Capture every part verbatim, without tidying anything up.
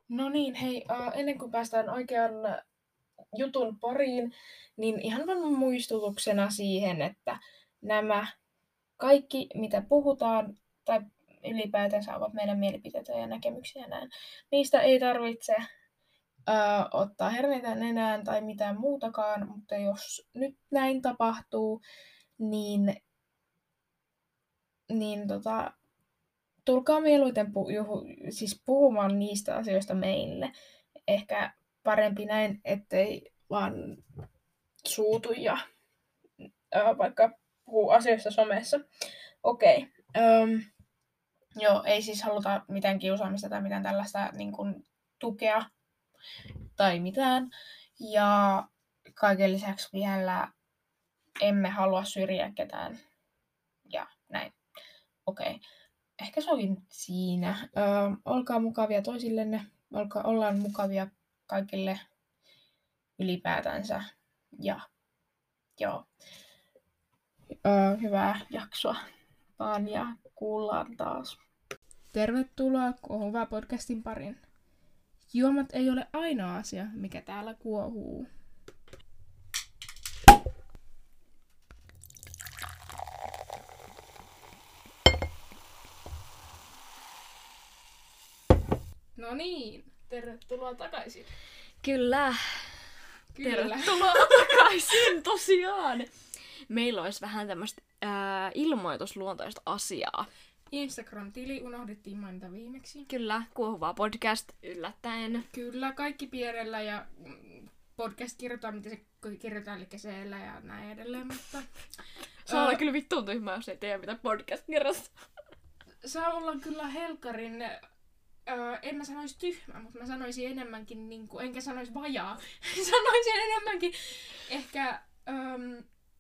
No niin, hei, uh, ennen kuin päästään oikean jutun pariin, niin ihan vain muistutuksena siihen, että nämä kaikki, mitä puhutaan, tai ylipäätänsä ovat meidän mielipiteitä ja näkemyksiä ja näin, niistä ei tarvitse uh, ottaa herneitä nenään tai mitään muutakaan, mutta jos nyt näin tapahtuu, niin, niin tota, tulkaa mieluiten pu- juhu, siis puhumaan niistä asioista meille. Ehkä parempi näin, ettei vaan suutu ja ö, vaikka puhuu asioista somessa. Okei. Okay. Joo, ei siis haluta mitään kiusaamista tai mitään tällaista niin kuin, tukea tai mitään. Ja kaiken lisäksi vielä emme halua syrjiä ketään. Ja näin. Okei. Okay. Ehkä sovin siinä. Ö, olkaa mukavia toisillenne. Olkaa, ollaan mukavia kaikille ylipäätänsä. Ja joo. Ö, hyvää jaksoa vaan ja kuullaan taas. Tervetuloa Kuohuvaa podcastin pariin. Juomat ei ole ainoa asia, mikä täällä kuohuu. No niin, tervetuloa takaisin. Kyllä. Kyllä. Tervetuloa takaisin tosiaan. Meillä olisi vähän tämmöistä ää, ilmoitusluontoista asiaa. Instagram-tili unohdettiin mainita viimeksi. Kyllä, Kuohuvaa podcast yllättäen. Kyllä, kaikki pienellä ja podcast kirjoitetaan, miten se kirjoitetaan, eli keseellä ja näin edelleen, mutta... Se on uh, kyllä vittuun tyhmää, jos ei tiedä mitä podcast kirjoittaa. Saa olla kyllä helkarin... Öö, en mä sanoisi tyhmä, mutta mä sanoisin enemmänkin, niin kuin, enkä sanoisi vajaa. Sanoisin enemmänkin ehkä... Öö,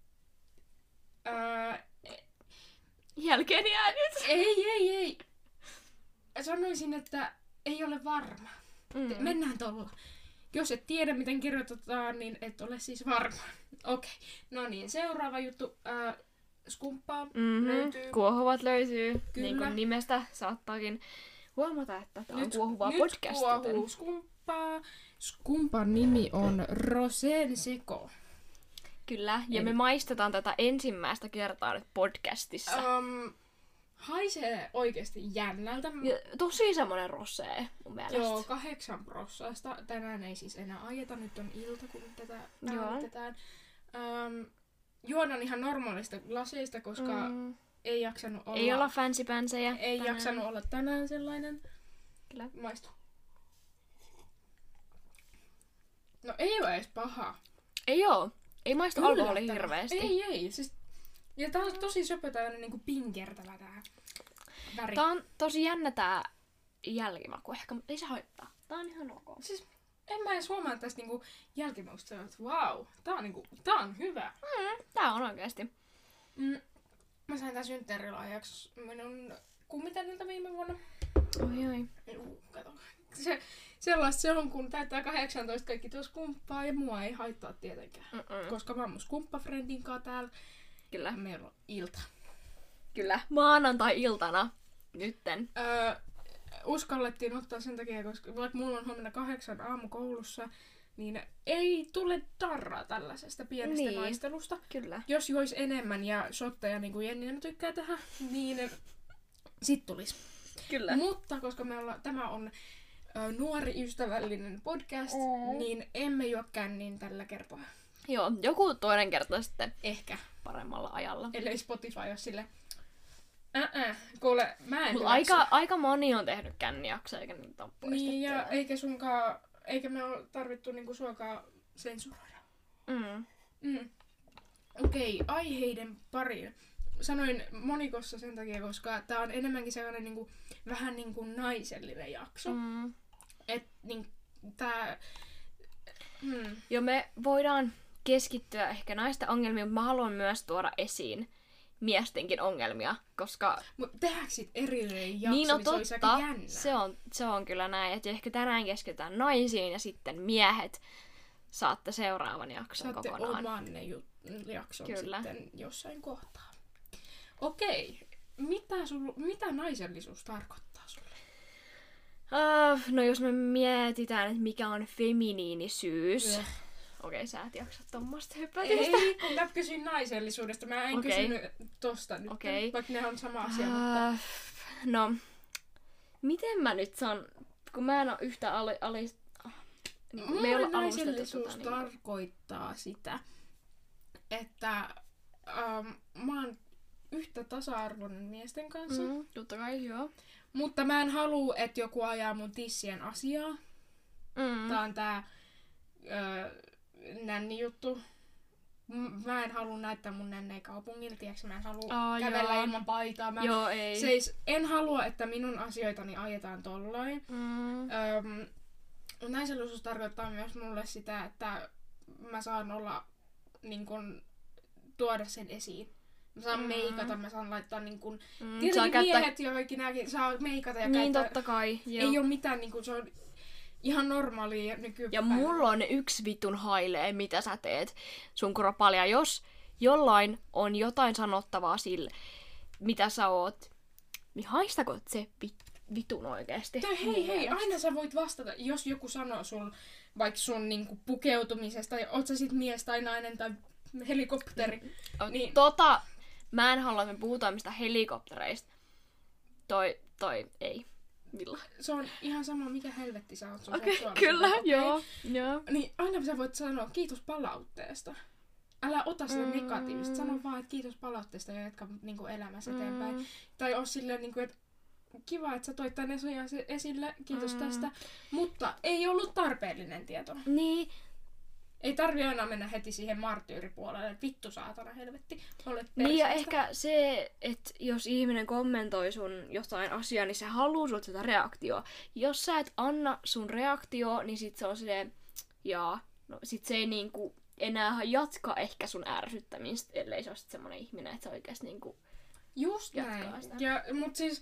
öö, Jälkeen jäänyt. ei, ei, ei. Sanoisin, että ei ole varma. Mm. Mennään tolla. Jos et tiedä, miten kirjoitetaan, niin et ole siis varma. Okei. Okay. No niin, seuraava juttu. Öö, skumppaa mm-hmm. löytyy. Kuohuvat löytyy. Kyllä. Niin kuin nimestä saattaakin huomata, että tämä on Kuohuvaa nyt podcast. Nyt kuohuu skumppaa. Skumpan nimi on Rosén Seko. Kyllä, ja Eli... me maistetaan tätä ensimmäistä kertaa nyt podcastissa. Um, haisee oikeesti jännältä. Ja tosi semmonen rosee mun mielestä. Joo, kahdeksan prossaista. Tänään ei siis enää ajeta, nyt on ilta, kun tätä äänitetään. Um, juodaan ihan normaalista laseista, koska mm. ei jaksanut olla... Ei olla fancy-pänsejä Ei tänään. jaksanut olla tänään sellainen. Kyllä. Maistu. No ei oo edes paha. Ei oo. Ei maistu alkoholi hirveesti. Ei, ei. Siis... Ja tää on tosi söpö tällainen niinku pinkertävä tää väri. Tää on tosi jännä tää jälkimaku ehkä, mutta ei se haittaa. Tää on ihan ok. Siis en mä edes huomaa tästä niinku jälkimakusta, että vau, wow, tää on niinku, tää on hyvä. Mm, tää on oikeesti. Mm, mä sain tää synttärilahjaksi minun kummitädiltä viime vuonna. Oi oi. Juu, kato. Se, sellaista se on, kun täyttää kahdeksantoista kaikki tuossa kumppaa ja mua ei haittaa tietenkään. Mm-mm. Koska mä oon mun skumppafriendin kanssa täällä. Kyllä. Meillä on ilta. Kyllä. Maanantai-iltana. Nytten. Öö, uskallettiin ottaa sen takia, koska vaikka mulla on huomenna kahdeksan aamukoulussa, niin ei tule darraa tällaisesta pienestä niin. Naistelusta. Kyllä. Jos jois enemmän ja shotteja, niin kuin Jenni tykkää tehdä, niin sit tulis. Kyllä. Mutta koska me olla, tämä on ö, nuori ystävällinen podcast, mm. niin emme juo kännin tällä kertaa. Joo, joku toinen kerta sitten. Ehkä. Paremmalla ajalla. Ellei Spotify ole sille... Äh, kuule, mä en Mut aika, aika moni on tehnyt kännijaksoja, eikä niitä ole poistettu. Niin, ja eikä sunkaan... Eikä me ole tarvittu niinku suokaa sensuroida. Mm. Mm. Okei, okay, aiheiden pariin. Sanoin monikossa sen takia, koska tää on enemmänkin sellainen niinku, vähän niinku naisellinen jakso. Mm. Et niin, tää... Hmm. Joo, me voidaan keskittyä ehkä naisten ongelmiin, mutta mä haluan myös tuoda esiin miestenkin ongelmia, koska... Mut tehdäänkö sit erillinen jakso, niin, no, niin se olisi aika jännä. Se on, se on kyllä näin, että ehkä tänään keskitytään naisiin ja sitten miehet saatte seuraavan jakson saatte kokonaan. Saatte omanne ju- jakson kyllä. sitten jossain kohtaa. Okei, mitä, sul, mitä naisellisuus tarkoittaa sulle? Uh, no jos me mietitään, että mikä on feminiinisyys. Bleh. Okei, okay, sä et jaksa tommoista hypätystä. Ei, kun mä kysyin naisellisuudesta. Mä en Okei. kysynyt tosta nyt, Okei. vaikka ne on sama asia. Uh, Mutta... no, miten mä nyt sanon, kun mä en oo yhtä ali... ali niin, me ei Mulle olla alustettu naisellisuus tota, niin. tarkoittaa sitä, että ähm, mä oon yhtä tasa-arvoinen miesten kanssa, mm. Mm, totta kai, joo. mutta mä en halua, että joku ajaa mun tissien asiaa. Mm. Tää on tää öö, nänni-juttu. M- Mä en halua näyttää mun nännejä kaupungilla, tiiäksä? Mä en halua Aa, kävellä joo. ilman paitaa. Mä Joo, ei. seis, en halua, että minun asioitani ajetaan tollain. Mm. Öm, naisellisuus tarkoittaa myös mulle sitä, että mä saan olla, niin kun, tuoda sen esiin. Mä saan Mm. meikata, mä saan laittaa niin kun... Mm, saa Tietenkin käyttää... miehet jo ikinäkin saa meikata ja Niin, käyttää... totta kai. Joo. Ei oo mitään, niin kun, se on ihan normaalia nykypäivänä. Ja mulla on yksi vitun hailee, mitä sä teet sun kropalle. Ja jos jollain on jotain sanottavaa sille, mitä sä oot, niin haistako se vit- vitun oikeesti? Tai hei, hei, aina sä voit vastata, jos joku sanoo sul vaikka sun niinku pukeutumisesta, ja oot sä sit mies tai nainen tai helikopteri. O, niin- Tota, mä en halua, että me puhutaan mistä helikoptereista. Toi, toi, ei. Milla? Se on ihan sama, mikä helvetti sä oot sun Okei, okay, seksuaalisuudella, kyllä, okei? joo. joo. Niin aina sä voit sanoa kiitos palautteesta. Älä ota sitä Mm. negatiivista. Sano vaan, että kiitos palautteesta ja jatka niinku elämässä Mm. eteenpäin. Tai oo silleen, niinku, että kiva, että sä toit tänne asian esille. Kiitos Mm. tästä. Mutta ei ollut tarpeellinen tieto. Niin, Ei tarvi aina mennä heti siihen marttyyripuolelle. Vittu saatana helvetti. Olet niin ja perseestä. ehkä se, että jos ihminen kommentoi sun jotain asiaa, niin se haluaa sulta sitä reaktioa. Jos sä et anna sun reaktio, niin sit se on silleen, jaa, no sit se ei niinku enää jatka ehkä sun ärsyttämistä, ellei se ole sit semmonen ihminen, että se oikeesti niinku... Just jatkaa näin. sitä. Ja, mut siis,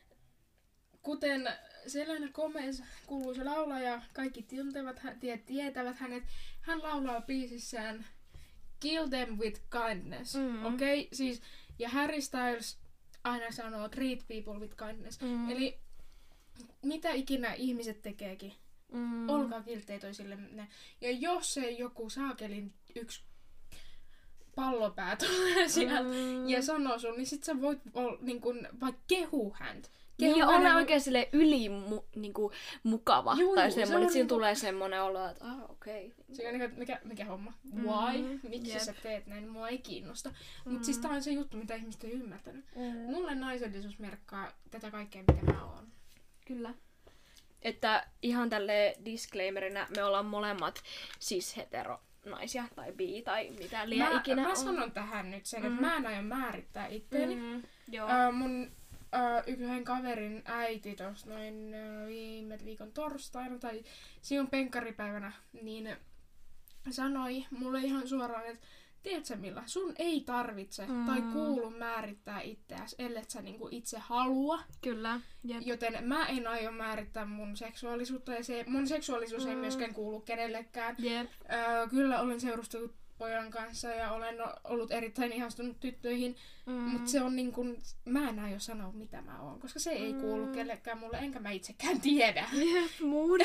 kuten Selena Gomez, kuuluisa laulaja, kaikki tuntevat, hä- tie- tietävät hänet, hän laulaa biisissään Kill them with kindness. Mm. Okei? Okay? Siis, ja Harry Styles aina sanoo treat people with kindness. Mm. Eli mitä ikinä ihmiset tekeekin, Mm. olkaa kilttejä toisillenne. Ja jos se joku saakelin yksi pallopää tulee sieltä Mm. ja sanoo sun, niin sit sä voit ol, niin kun, vaikka kehu häntä. Niin, ja hänen- olla oikein silleen yli mu, niinku, mukava. Juu, tai juu, se semmoinen, on että siinä niinku- tulee semmoinen olo, että ah, okei. Okay. Se on niin, että mikä, mikä homma? Mm, Why? Miksi jep. sä teet näin? Mua ei kiinnosta. Mm. Mut siis tää on se juttu, mitä ihmiset ei ymmärtänyt. Mm. Mulle naisellisuus merkkaa tätä kaikkea, mitä mä oon. Kyllä. Että ihan tälle disclaimerina me ollaan molemmat siis hetero naisia tai bi tai mitä liian Mä, ikinä mä on. sanon tähän nyt sen, että Mm. mä en aio määrittää itteeni. Mm, joo. Ö, mun ö, yhden kaverin äiti tuossa noin ö, viime viikon torstaina tai sinun penkkaripäivänä niin sanoi mulle ihan suoraan, että tiedätkö Milla, sun ei tarvitse Mm. tai kuulu määrittää itseäsi, ellet sä niinku itse halua. Kyllä. Jep. Joten mä en aio määrittää mun seksuaalisuutta ja se, mun seksuaalisuus ei Mm. myöskään kuulu kenellekään. Jep. Öö, kyllä olen seurustellut pojan kanssa ja olen o- ollut erittäin ihastunut tyttöihin, Mm. mutta se on niin kuin, mä en aio sanoa mitä mä oon, koska se ei kuulu Mm. kellekään mulle, enkä mä itsekään tiedä. Jep, muun.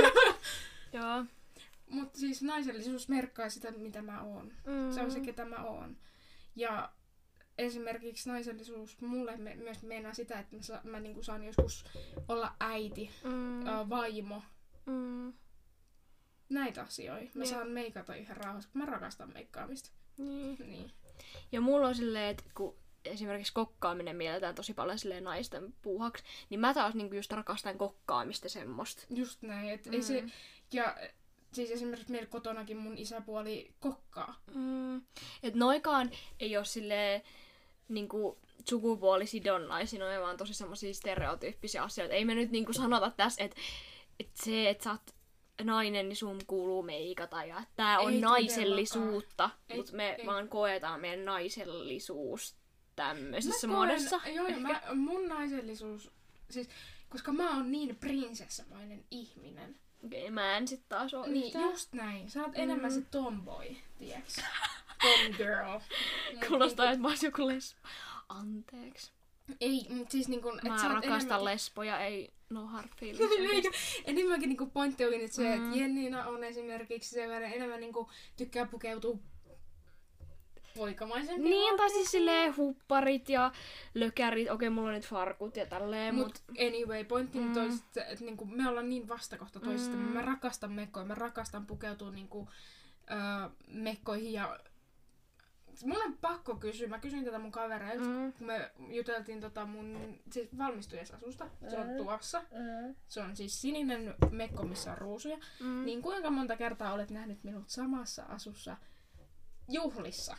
Joo. Mutta siis naisellisuus merkkaa sitä, mitä mä oon. Mm. Se on se, ketä mä oon. Ja esimerkiksi naisellisuus mulle me, myös meinaa sitä, että mä, sa, mä niinku saan joskus olla äiti, Mm. ää, vaimo, Mm. näitä asioita. Mä Jep. saan meikata ihan rauhassa, kun mä rakastan meikkaamista. Niin. Niin. Ja mulla on silleen, että kun esimerkiksi kokkaaminen mielletään tosi paljon silleen naisten puuhaksi, niin mä taas niinku just rakastan kokkaamista semmoista. Just näin. Et Mm. ei se, ja siis esimerkiksi meillä kotonakin mun isäpuoli kokkaa. Mm. Et noikaan ei oo silleen niinku sukupuolisidonnaisia, ne on vaan tosi semmosia stereotyyppisiä asioita. Ei me nyt niinku sanota tässä, että et se, että sä oot nainen, niin sun kuuluu meikata ja että tää on Ei naisellisuutta, Ei- mutta me ei. vaan koetaan meidän naisellisuus tämmöisessä Mä muodossa. koen- Joo, joo, mä, mun naisellisuus, siis, koska mä oon niin prinsessamainen ihminen. Okei, mä en sit taas oo Niin, yhtään. just näin. Sä oot enemmän se tomboy, tiiäks? Tom girl. Mut Kuulostaa, niinku- että mä oon joku les... Anteeksi. Ei, mut siis niinku... Et Mä sä oot rakastan enemmänkin... lesboja, ei no hard feelings oikeesti. Enemmänkin niinku pointti oli nyt se, Mm. että Jenniina on esimerkiksi sellainen enemmän niinku tykkää pukeutua poikamaisempiin. Niin, tai siis silleen hupparit ja lökärit, okei mulla on nyt farkut ja tälleen, Mut, mut... anyway, pointti Mm. nyt on, että et, niinku, me ollaan niin vastakohta toisista. Mm. Mä rakastan mekkoja, mä rakastan pukeutua niinku, ö, mekkoihin ja... Mun on pakko kysyä, mä kysyin tätä mun kavereilta, Mm. kun me juteltiin tota mun siis valmistujaisasusta, se on Mm. tuossa. Mm. Se on siis sininen mekko, missä on ruusuja. Mm. Niin kuinka monta kertaa olet nähnyt minut samassa asussa juhlissa?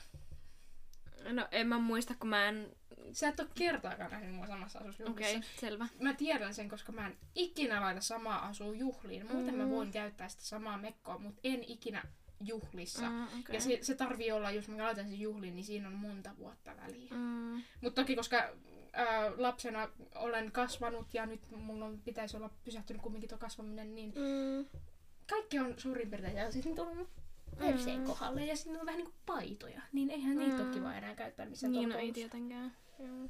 No en mä muista, kun mä en... Sä et ole kertaakaan nähnyt mua samassa asussa juhlissa. Okei, okay, selvä. Mä tiedän sen, koska mä en ikinä laita samaa asua juhliin. Muuten Mm. mä voin käyttää sitä samaa mekkoa, mutta en ikinä juhlissa. Mm, okay. Ja se, se tarvii olla, jos mä laitan sen juhliin, niin siinä on monta vuotta väliä. Mm. Mutta toki, koska ää, lapsena olen kasvanut ja nyt mulla on, pitäisi olla pysähtynyt kumminkin tuo kasvaminen, niin Mm. kaikki on suurin piirtein ja sitten tullut perseen Mm. kohdalle ja sitten on vähän niinku paitoja. Niin eihän niitä Mm. ole kiva enää käyttää missään Niin, no tuolla ei koulussa. tietenkään. Joo.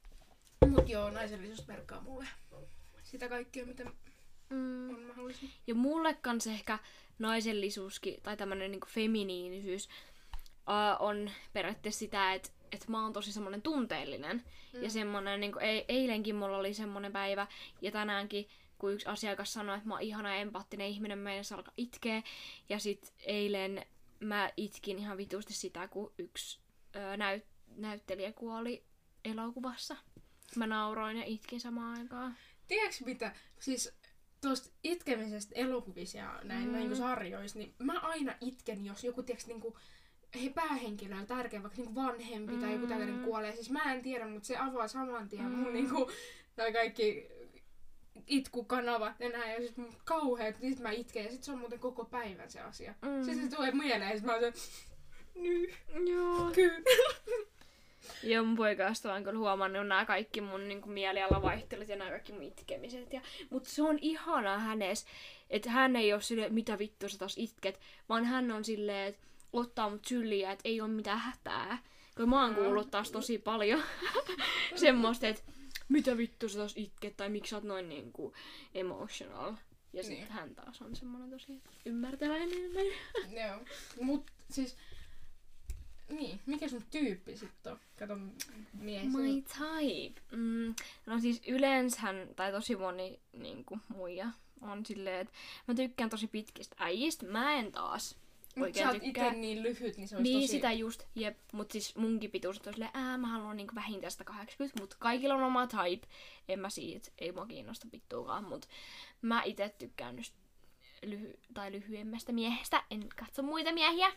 Mut joo, naisellisuus merkkaa mulle sitä kaikkea, mitä Mm. on mahdollista. Ja mulle kans ehkä naisellisuuskin, tai tämmönen niinku feminiinisyys, uh, on periaatteessa sitä, että et mä oon tosi semmonen tunteellinen. Mm. Ja semmonen, niinku, e- eilenkin mulla oli semmonen päivä, ja tänäänkin, kun yksi asiakas sanoi, että mä oon ihana ja empaattinen ihminen, mä en saa alkaa itkeä. Ja sit eilen mä itkin ihan vitusti sitä, kun yksi ö, näyt- näyttelijä kuoli elokuvassa. Mä nauroin ja itkin samaan aikaan. Tiedätkö mitä? Siis tuosta itkemisestä elokuvissa ja näin Mm. mm. niin sarjoissa, niin mä aina itken, jos joku tiedätkö, niinku, he päähenkilö on tärkeä, vaikka niinku vanhempi mm. tai joku tällainen kuolee. Siis mä en tiedä, mutta se avaa saman tien mun Mm. niinku, tai kaikki itkukanavat ja näin. Ja sit mun kauheet, sit mä itken ja sit se on muuten koko päivän se asia. Mm. Mm. Sitten se tulee mieleen ja sit mä oon se, nyt, Joo. kyllä. Joo, mun poikasta on kyllä huomannut nämä kaikki mun niinku, mielialavaihtelut ja nämä kaikki mun itkemiset. Ja, mutta se on ihanaa hänessä, että hän ei ole silleen, mitä vittu sä taas itket, vaan hän on silleen, että ottaa mut syliä, että ei ole mitään hätää. Kun mä oon kuullut taas tosi paljon semmoista, että mitä vittu sä taas itket, tai miksi sä oot noin niinku emotional. Ja sit Niin. hän taas on semmonen tosi ymmärtäväinen. Joo, mut siis, niin, mikä sun tyyppi sit on? Kato mies. My type. Mm, no siis yleensähän, tai tosi moni niinku, muija on silleen, että mä tykkään tosi pitkistä äijistä. Mä en taas Mut oikein sä oot tykkää. ite niin lyhyt, niin se olisi Niin, tosi... sitä just, jep. Mut siis munkin pituus on silleen, ää, mä haluan niinku vähintään sitä kahdeksankymmentä, mut kaikilla on oma type. En mä siitä, ei mua kiinnosta vittuakaan, mut mä ite tykkään just lyhy- tai lyhyemmästä miehestä. En katso muita miehiä.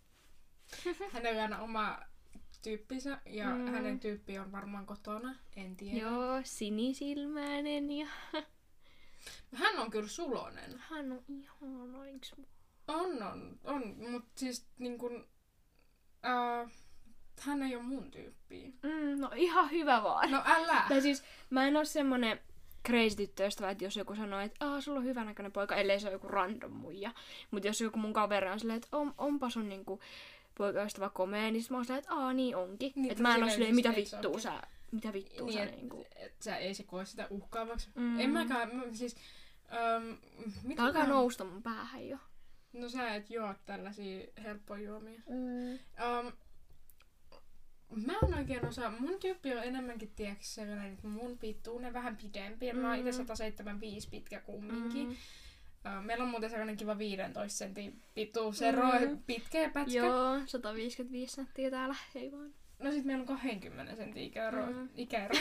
Hänellä on aina oma tyyppinsä ja Mm. mm. hänen tyyppi on varmaan kotona, en tiedä. Joo, sinisilmäinen ja Hän on kyllä sulonen. hän on ihana, eiks mu? On, on, on, mutta siis niin kun, äh, hän ei ole mun tyyppiä. Mm, no ihan hyvä vaan. No älä! Tai siis mä en oo semmonen crazy tyttöystävä, että jos joku sanoo, että aah, sulla on hyvänäköinen poika, ellei se ole joku random muija. Mut jos joku mun kaveri on silleen, että on, onpa sun niinku poikaystävä komea, niin sit mä oon silleen, että aa, niin onkin. Niin, että mä en oo silleen silleen, mitä siis ei vittua se sä, mitä vittua Niin, sä et, niinku. et sä ei se koe sitä uhkaavaksi. Mm. Mm. En mäkään, mä, siis... Ähm, mitä Tää alkaa mä- nousta mun päähän jo. No sä et juo tällaisia helppojuomia. Mm. Um, mä en oikein osaa. Mun tyyppi on enemmänkin tiedätkö sellainen, että mun pituinen vähän pidempi. Ja mä oon Mm. itse sata seitsemänkymmentäviisi pitkä kumminkin. Mm. Uh, meillä on muuten sellainen kiva viisitoista sentin pituusero, Mm. pitkä pätkä. Joo, sata viisikymmentäviisi senttiä täällä, ei vaan. No sit meillä on kaksikymmentä sentin ikäero. Mm. ikäero.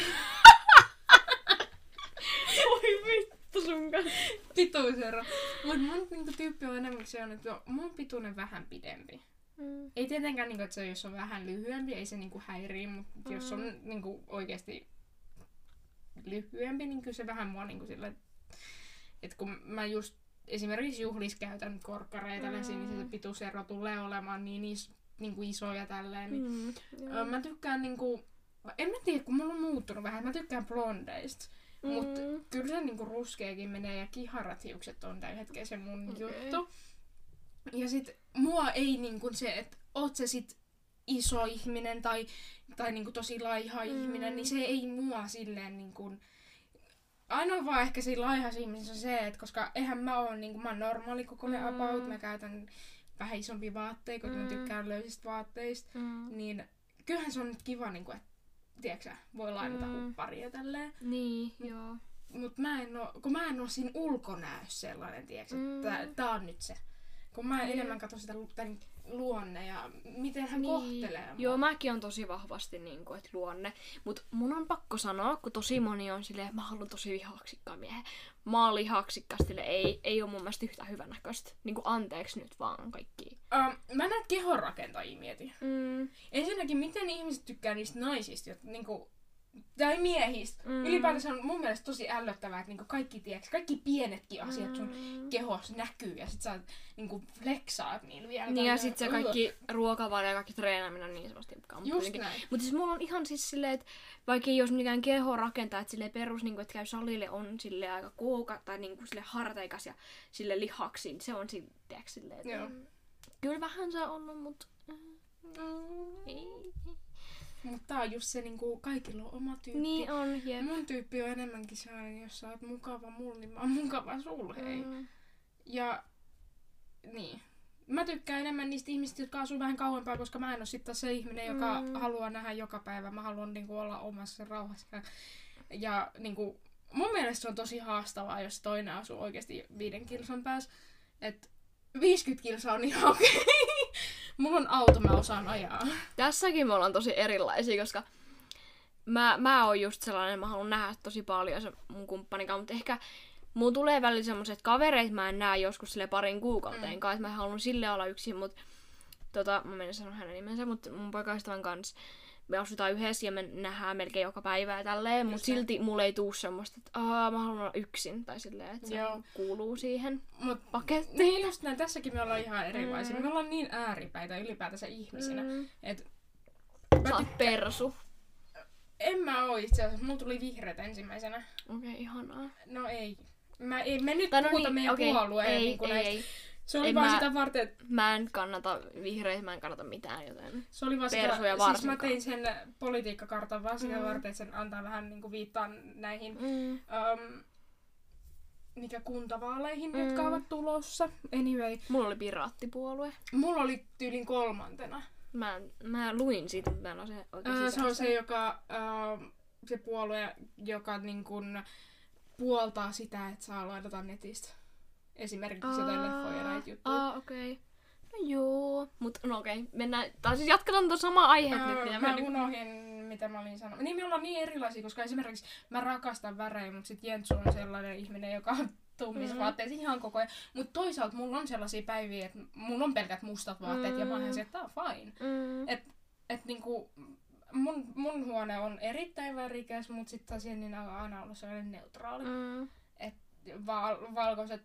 Oi vittu sun kanssa. Pituusero. Mut mun niinku, tyyppi on enemmän se on, että mun pituinen vähän pidempi. Mm. Ei tietenkään, niinku, että se, jos on vähän lyhyempi, ei se niinku, häirii, mutta mm. jos on niinku, oikeasti lyhyempi, niin kyllä se vähän mua niinku, sillä, että kun mä just esimerkiksi juhlis käytän korkkareita, mm. niin se pituusero tulee olemaan niin is, niinku, iso ja tälleen. Niin, Mm. ö, mä tykkään, niinku, en mä tiedä, kun mulla on muuttunut vähän, mä tykkään blondeista. Mm. Mutta kyllä se niinku ruskeakin menee ja kiharat hiukset on tällä hetkellä se mun Okei. juttu. Ja sit mua ei niinku se, että oot se sit iso ihminen tai, tai niinku tosi laiha mm. ihminen, niin se ei mua silleen niinku... Ainoa vaan ehkä siinä laihassa ihmisessä on se, että koska eihän mä oon niinku, mä oon normaali kokoinen mm. about, mä käytän vähän isompia vaatteita, kun mm. mä tykkään löysistä vaatteista, mm. niin kyllähän se on nyt kiva, niinku, että tiedätkö, voi lainata mm. hupparia tälleen. Niin, mut, joo. Mut mä en oo, kun mä en oo siinä ulkonäössä sellainen, tiedätkö, mm. että tää on nyt se. Kun mä mm. enemmän katson sitä tämän luonne ja miten hän niin. kohtelee mua. Joo, mäkin on tosi vahvasti niin kuin, että luonne. Mut mun on pakko sanoa, kun tosi moni on silleen, että mä haluan tosi lihaksikkaan miehen. Mä oon lihaksikkas, ei, ei ole mun mielestä yhtä hyvänäköistä. Niin kuin anteeksi nyt vaan kaikki. Um, mä näet kehonrakentajia mietin. Mm. Ensinnäkin, miten ihmiset tykkää niistä naisista, jotka niinku... Tai miehistä. Mm. Ylipäätänsä on mun mielestä tosi ällöttävää, että niinku kaikki, tiiäks, kaikki pienetkin asiat mm. sun kehossa näkyy ja sit sä niinku flexaat niillä vielä. Niin ja sit se kaikki ruokavalio ja kaikki treenaaminen on niin semmoista just näin. Mutta siis mulla on ihan siis silleen, että vaikka ei olisi mikään keho rakentaa, että silleen perus, niinku, että käy salille on silleen aika kooka tai niinku silleen harteikas ja silleen lihaksiin. Se on silleen, tiiäks, silleen, että joo. Kyllä vähän saa olla, mutta... Mm. Ei. Mutta tää on just se, niinku, kaikilla on oma tyyppi. Niin on, jep. Mun tyyppi on enemmänkin sellainen, jos sä oot mukava mulle, niin mä oon mukava sulle, hei. Mm. Ja niin. Mä tykkään enemmän niistä ihmisistä, jotka asuu vähän kauempaa, koska mä en oo sitten se ihminen, joka mm. haluaa nähdä joka päivä. Mä haluan niinku olla omassa rauhassa. Ja niinku, mun mielestä se on tosi haastavaa, jos toinen asuu oikeasti viiden kilsan päässä. Et viisikymmentä kilsaa on ihan okei. Okay. Mulla on auto, mä osaan ajaa. Tässäkin me ollaan tosi erilaisia, koska mä, mä oon just sellainen, mä haluan nähdä tosi paljon se mun kumppanikaan, mutta ehkä mulla tulee välillä semmoset kavereet, mä en näe joskus sille parin kuukauteenkaan, mm. että mä haluan sille olla yksin, mutta tota, mä menen sanoa hänen nimensä, mutta mun poikaystävän kanssa me asutaan yhdessä ja me nähdään melkein joka päivä ja tälleen, mutta silti mulla ei tuu semmoista, että Aa, mä haluan olla yksin, tai silleen, että se Joo. kuuluu siihen Mut, pakettiin. Niin just näin, tässäkin me ollaan ihan erilaisia. Mm. Me ollaan niin ääripäitä ylipäätänsä ihmisinä, mm. että... Sä oot persu. En mä oo itse asiassa, mulla tuli vihreät ensimmäisenä. Okei, okay, ihanaa. No ei. Mä, ei me nyt no puhuta niin, meidän okay, puolueen ei, niin ei, näistä. ei. Se oli en vaan mä, sitä varten, että... Mä en kannata vihreitä, mä en kannata mitään, joten... Se oli vaan sitä, siis mä tein sen politiikkakartan vaan sitä mm. varten, että sen antaa vähän niinku viittaan näihin mm. um, mikä kuntavaaleihin, mm. jotka ovat tulossa. Anyway. Mulla oli piraattipuolue. Mulla oli tyylin kolmantena. Mä, mä luin siitä, mutta mä en ole se oikein uh, Se on se, joka, uh, se puolue, joka niin kun puoltaa sitä, että saa laitata netistä. Esimerkiksi jotain leffoja ja näitä juttuja. Aa, okei. Okay. No joo. Mut no okei, okay. Mennään, tai siis jatketaan tuon samaa aihetta öö, nyt. Mä, mä unohdin, mitä mä olin sanonut. Niin me ollaan niin erilaisia, koska esimerkiksi mä rakastan värejä, mutta sit Jentsu on sellainen ihminen, joka on tummissa mm. vaatteissa ihan koko ajan. Mut toisaalta mulla on sellaisia päiviä, että mulla on pelkät mustat vaatteet mm. ja mä oon se, että tää on fine. Mm. Et, et niinku, mun, mun huone on erittäin värikäs, mut sit taas Jennin on aina ollut sellainen neutraali. Mm. Et val- valkoiset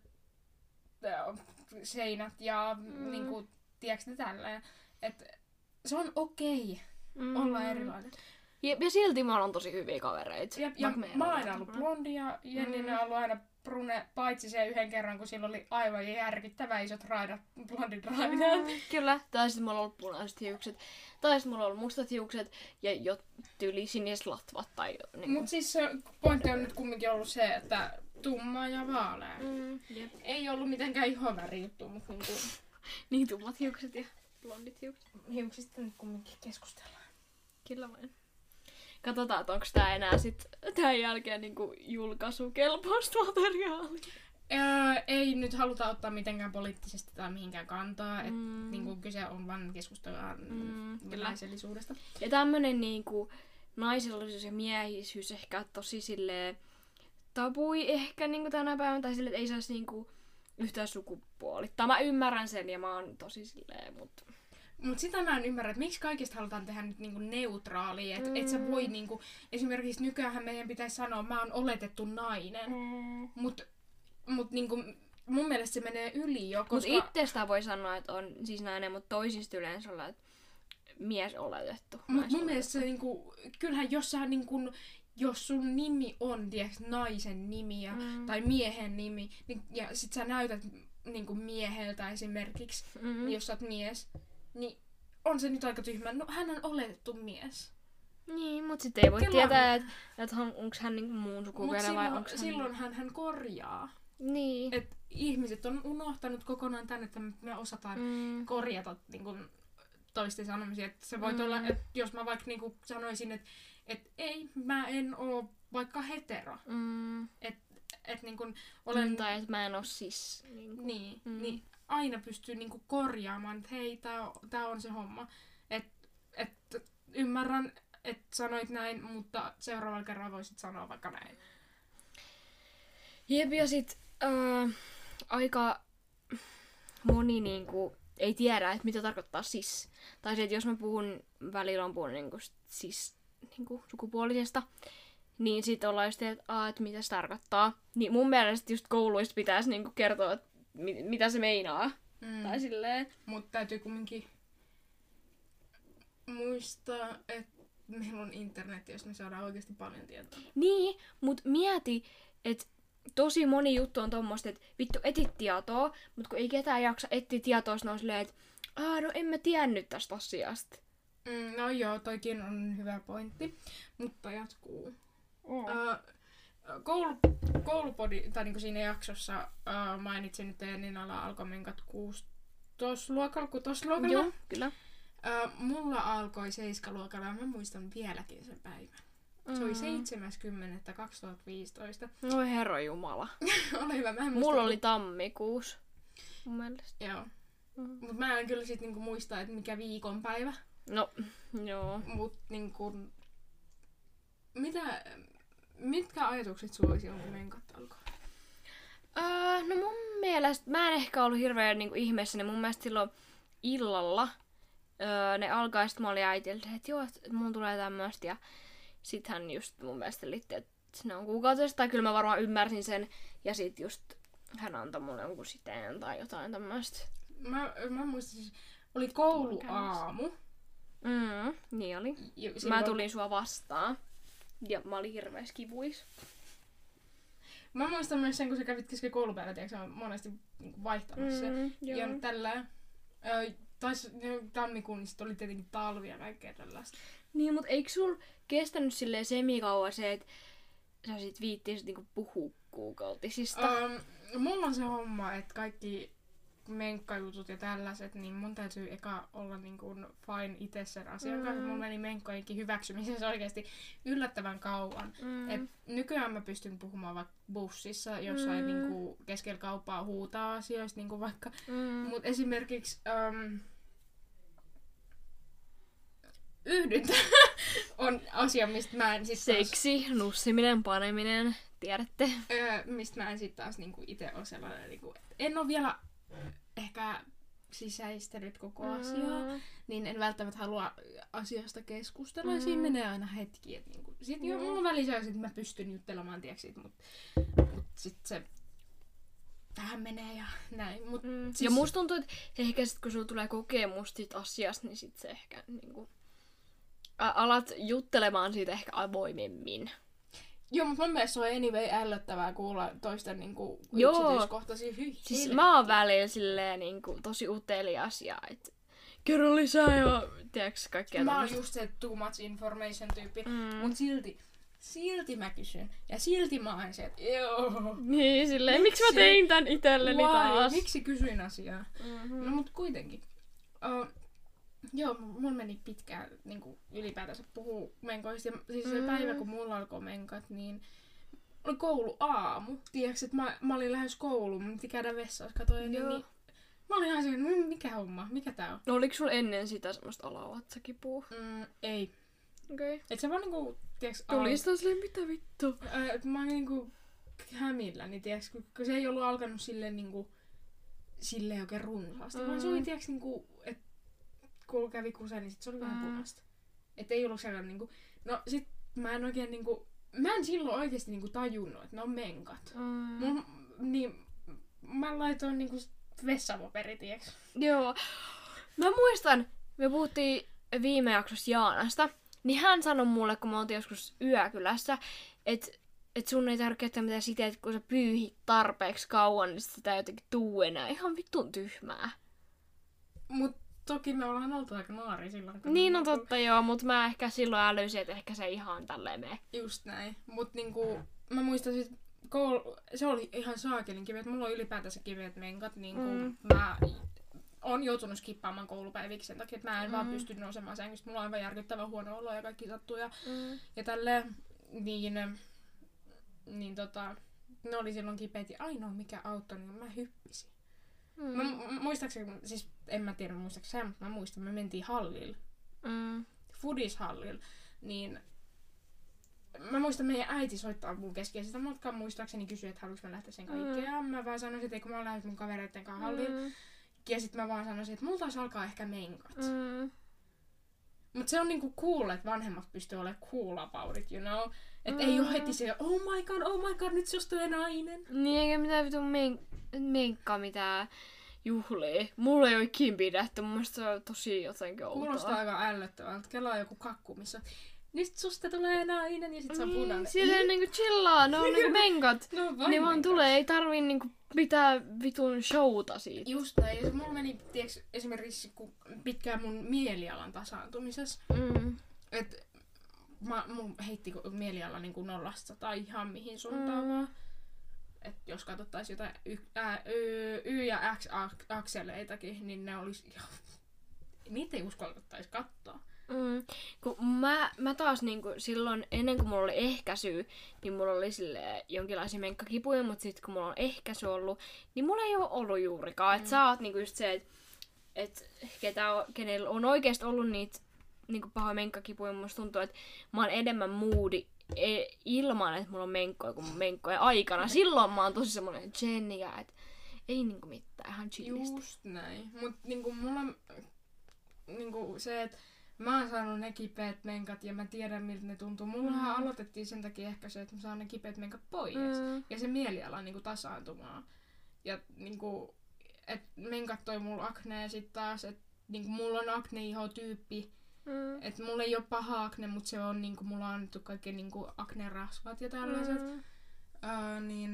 seinät ja mm. niinku, tiedätkö ne tälleen, että se on okei mm. olla erilainen. Ja, ja silti mä oon tosi hyviä kavereita. Ja, ja mä oon aina ollut blondi ja Jenni mm. on ollut aina brune, paitsi se yhden kerran, kun sillä oli aivan järkyttävän isot raidat, blondit raidat. Mm, kyllä, tai sitten mulla on ollut punaiset hiukset, tai sitten mulla on ollut mustat hiukset ja jo tyyli siniset latvat. Tai, niin mut siis se pointti on nyt kumminkin ollut se, että tumma ja vaalea. Mm, ei ollut mitenkään ihoväri juttu, mutta niinku... niin tummat hiukset ja blondit hiukset. Hiuksista nyt kumminkin keskustellaan. Kyllä vain. Katsotaan, että onko tää enää sit tämän jälkeen niinku julkaisukelpoista materiaalia. Öö, ei nyt haluta ottaa mitenkään poliittisesti tai mihinkään kantaa. Et, mm. niinku, kyse on vaan keskustelua mm, naisellisuudesta. Ja tämmönen niinku, naisellisuus ja miehisyys ehkä tosi silleen tabui ehkä niinku tänä päivänä. Tai silleen, että ei saisi niinku yhtään sukupuolittaa. Mä ymmärrän sen ja mä oon tosi silleen, mutta... Mut sitä mä en ymmärrä, että miksi kaikista halutaan tehdä nyt niinku neutraalia. Että mm. et sä voi niinku... Esimerkiksi nykyään meidän pitäisi sanoa, että mä oon oletettu nainen. Mm. Mut, mut niinku... Mun mielestä se menee yli jo, koska... Mut itsestä voi sanoa, että on siis nainen, mutta toisista yleensä olla, että mies oletettu. Mut mun mielestä se niinku... Kyllähän jos sä niinku... Jos sun nimi on, tiiäks, naisen nimi ja, mm. tai miehen nimi, niin, ja sit sä näytät niinku mieheltä esimerkiksi, mm-hmm. jos sä oot mies, niin on se nyt aika tyhmä. No, hän on oletettu mies. Niin, mut sit ei voi Kela- tietää, että et onko hän niinku muun Mut sukupuolella vai silloin, onko hän... silloin hän, hän korjaa. Niin. Et ihmiset on unohtanut kokonaan tänne, että me osataan Mm. korjata niin kun, toisten sanomisia. Et se voi Mm. olla, että jos mä vaikka niin kun, sanoisin, että et, ei, mä en oo vaikka hetero. Mm. Että niin kun, olen... Mm, tai että mä en oo sis. Niinku. Niin, Mm. niin aina pystyy niin kun, korjaamaan, että hei, tää on, tää on se homma. Että et, ymmärrän, että sanoit näin, mutta seuraavalla kerralla voisit sanoa vaikka näin. Jep, ja sit äh, aika moni niinku ei tiedä, että mitä tarkoittaa sis. Tai se, että jos mä puhun, välillä on puhunut niinku sis niinku sukupuolisesta, niin sit ollaan just, että, Aa, että mitä se tarkoittaa. Niin mun mielestä just kouluista pitäisi niinku kertoa, että mit, mitä se meinaa. Mm. Tai silleen. Mutta täytyy kumminkin muistaa, että meillä on internet, jos me saadaan oikeasti paljon tietoa. Niin, mut mieti, että tosi moni juttu on tommoista, että vittu etit tietoa, mutta kun ei ketään jaksa etsiä tietoa, niin on silleen, että Aa, no en mä tiennyt tästä asiasta. Mm, no joo, toikin on hyvä pointti, mutta jatkuu. Mm. Ö, koulu, koulupodi, tai niinku siinä jaksossa ö, mainitsin, että Ninalla alkoi menkat kuusitoista-luokalla, kuutosluokalla. Joo, kyllä. Ö, mulla alkoi seiskaluokalla ja mä muistan vieläkin sen päivän. Se oli seitsemäs kymmenettä kaksituhattaviisitoista. Voi herra jumala. Oli hyvä, mä en muista. Mulla oli tammikuus. Mun mielestä. Joo. Mm. Mut mä en kyllä sit niinku muista, että mikä viikonpäivä. No, joo. Mut niinku... Mitä... Mitkä ajatukset sulla oli silloin, kun menkat alkoi? Öö, no mun mielestä, mä en ehkä ollut hirveän niinku ihmeessä, niin mun mielestä silloin illalla öö, ne alkaa, sit mä olin äitille, että joo, että mun tulee tämmöstä, ja sit hän just mun mielestä selitti, että ne on kuukautista, tai kyllä mä varmaan ymmärsin sen, ja sit just hän antoi mulle jonkun siteen tai jotain tämmöstä. Mä, mä muistan siis, oli kouluaamu. Mm, niin oli. Jo, Mä tulin sua vastaan, ja mä olin hirveässä kivuissa. Mä muistan myös sen, kun sä kävit kesken koulupäivä, tiedätkö, sä monesti niinku vaihtamassa. Mm, ja joo. tällä... Ö, taisi tammikuun, niin sit oli tietenkin talvi ja kaikkea tällaista. Niin, mut eikö sul kestänyt silleen semikauan se, että sä sit viittisit niinku puhua kuukautisista? Um, mulla on se homma, että kaikki menkkajutut ja tällaiset, niin mun täytyy eka olla niin kuin fine itse sen asian kanssa. Mm. Mulla meni menkkojenkin hyväksymisessä oikeasti yllättävän kauan. Mm. Et nykyään mä pystyn puhumaan vaikka bussissa, jossain Mm. niin kuin keskellä kauppaa huutaa asioista, niin kuin vaikka. Mm. Mut esimerkiksi um, yhdyntä on asia, mistä mä en sit taas, Seksi, nussiminen, paneminen, tiedätte. öö, mistä mä en sit taas niinku ite oo sellainen, niinku, en oo vielä ehkä sisäistänyt koko asiaa, Mm. niin en välttämättä halua asiasta keskustella, ja Mm. siinä menee aina hetki, että niinku, sit jo Mm. mulla on välissä, että mä pystyn juttelemaan, tiiäks, sit, mut, mut sit se tähän menee ja näin, mut Mm. siis, Ja musta tuntuu, että ehkä sit kun sulla tulee kokemus siitä asiasta, niin sit se ehkä niinku... ä- alat juttelemaan siitä ehkä avoimemmin. joo, mut mun mielestä se on anyway ällöttävää kuulla toisten niinku Joo. yksityiskohtaisia hy- Siis helvetti. mä oon välillä silleen niinku tosi utelias ja et kerro lisää ja tiedätkö kaikkea Mä oon tämmöstä. just se too much information tyyppi, Mm. mut silti, silti mä kysyn. Ja silti mä oon se, että joo. Niin silleen, miksi Miksi? mä tein tän itselleni Why? taas? Miksi kysyin asiaa? Mm-hmm. No mut kuitenkin. Uh, joo, mulla meni pitkään niin ylipäätänsä puhua menkoista. Ja siis se Mm. päivä, kun mulla alkoi menkat, niin oli kouluaamu. Tiedätkö, että mä, mä olin lähes kouluun, mun piti käydä vessassa, katoin. Niin, Joo. niin, mä olin ihan siinä, "Mm, mikä homma, mikä tää on?" No oliko sulla ennen sitä semmoista alavatsakipua? Mm, ei. Okei. Okay. Et se vaan niinku, tiedätkö, Tuli sitä silleen, mitä vittu? Ää, et mä olin niinku hämilläni, tiiäks, kun, kun se ei ollut alkanut silleen niinku silleen oikein runsaasti, mm. vaan se oli tiiäks niinku, et kun kävi kusen, niin sit se oli vähän Mm. punaista. Et ei ollut sellainen niinku, no sit mä en oikein niinku, mä en silloin oikeesti niinku tajunnut, että ne on menkat. Mm. Mun, niin mä laitoin niinku vessapaperi, tiiäks. Joo. Mä muistan, me puhuttiin viime jaksossa Jaanasta, niin hän sanoi mulle, kun me oltiin joskus yökylässä, että et sun ei tarvitse käyttää mitään sitä, että kun sä pyyhit tarpeeksi kauan, niin sit sitä ei jotenkin tuu enää. Ihan vittun tyhmää. Mut toki me ollaan oltu aika nuori silloin. Kun Niin on niinku- totta joo, mutta mä ehkä silloin älysin, että ehkä se ihan tälleen menee. Just näin. Mut niinku, mä muistan sit, koulu, se oli ihan saakelin kivet. Mulla on ylipäätänsä kivet menkat. Niinku, Mm. mä oon joutunut skippaamaan koulupäiviksi sen takia, että mä en mm. vaan pysty nousemaan sängystä. Mulla on aivan järkyttävän huono olo ja kaikki sattuu ja, Mm. ja tälleen. Niin, niin tota, ne oli silloin kipeät ja ainoa mikä auttoi, niin mä hyppisin. Mm. Mä mu- muistaakseni, siis en mä tiedä muistaakseni, mutta mä muistan, me mentiin hallilla. Mm. Foodishallilla, niin mä muistan, meidän äiti soittaa mun kesken sitä matkaa muistaakseni kysyä, että haluanko mä lähteä sen kanssa Mm. Ikeaan. Mä vaan sanoisin, että ei kun mä lähden mun kavereitten kanssa hallilla. Mm. Ja sit mä vaan sanoisin, että mulla taas alkaa ehkä menkat. Mm. Mut se on niinku cool, että vanhemmat pystyy olemaan cool about it, you know? Että Mm. ei oo heti se, oh my god, oh my god, nyt susta tulee nainen. Niin eikä mitään vitun men- menkkaa mitään juhlia. Mulla ei oo ikin pidetty, mun mielestä se on tosi jotenkin outoa. Kuulostaa aika ällöttävältä. Kelaa joku kakku, missä nyt susta tulee nainen ja sit se on Niin, punainen. silleen niinku chillaa, ne on niinku menkat. No vain Ne vaan menkat. tulee, ei tarvii niinku pitää vitun showta siitä. Just näin. Ja se mulla meni tiiäks, esimerkiksi kun pitkään mun mielialan tasaantumisessa. Mm. Et mä, mun heitti mieliala niin kuin nollasta tai ihan mihin suuntaan Mm. vaan. Et jos katsottaisiin jotain y, ä, y, y ja X akseleitakin, niin ne olisi ihan... Niitä ei uskaltaisi katsoa. Mm. Kun mä, mä taas niinku silloin, ennen kuin mulla oli ehkäisy, niin mulla oli sille jonkinlaisia menkkakipuja, mutta sitten kun mulla on ehkäisy ollut, niin mulla ei ole ollut juurikaan. Mm. Et sä oot niinku just se, että et ketä on, kenellä on oikeasti ollut niitä niinku pahoja menkkakipuja, musta tuntuu, että mä oon enemmän moodi e, ilman, että mulla on menkkoja kuin mun menkkojen aikana. Silloin mä oon tosi semmonen Jenniä, että ei niinku mitään, ihan chillisti. Just näin. Mut niinku mulla niinku se, että mä oon saanut ne kipeät menkat ja mä tiedän miltä ne tuntuu. Mullahan Mm. aloitettiin sen takia ehkä se, että mä saan ne kipeät menkat pois. Mm. Ja se mieliala niinku tasaantumaan. Ja niinku, et menkat toi mulla aknea sit taas, että niinku mulla on akne-ihotyyppi. Mm. Et mulla ei oo paha akne, mut se on niinku, mulla on annettu kaikki niinku akne-rasvat ja tällaiset. Mm. Uh, niin,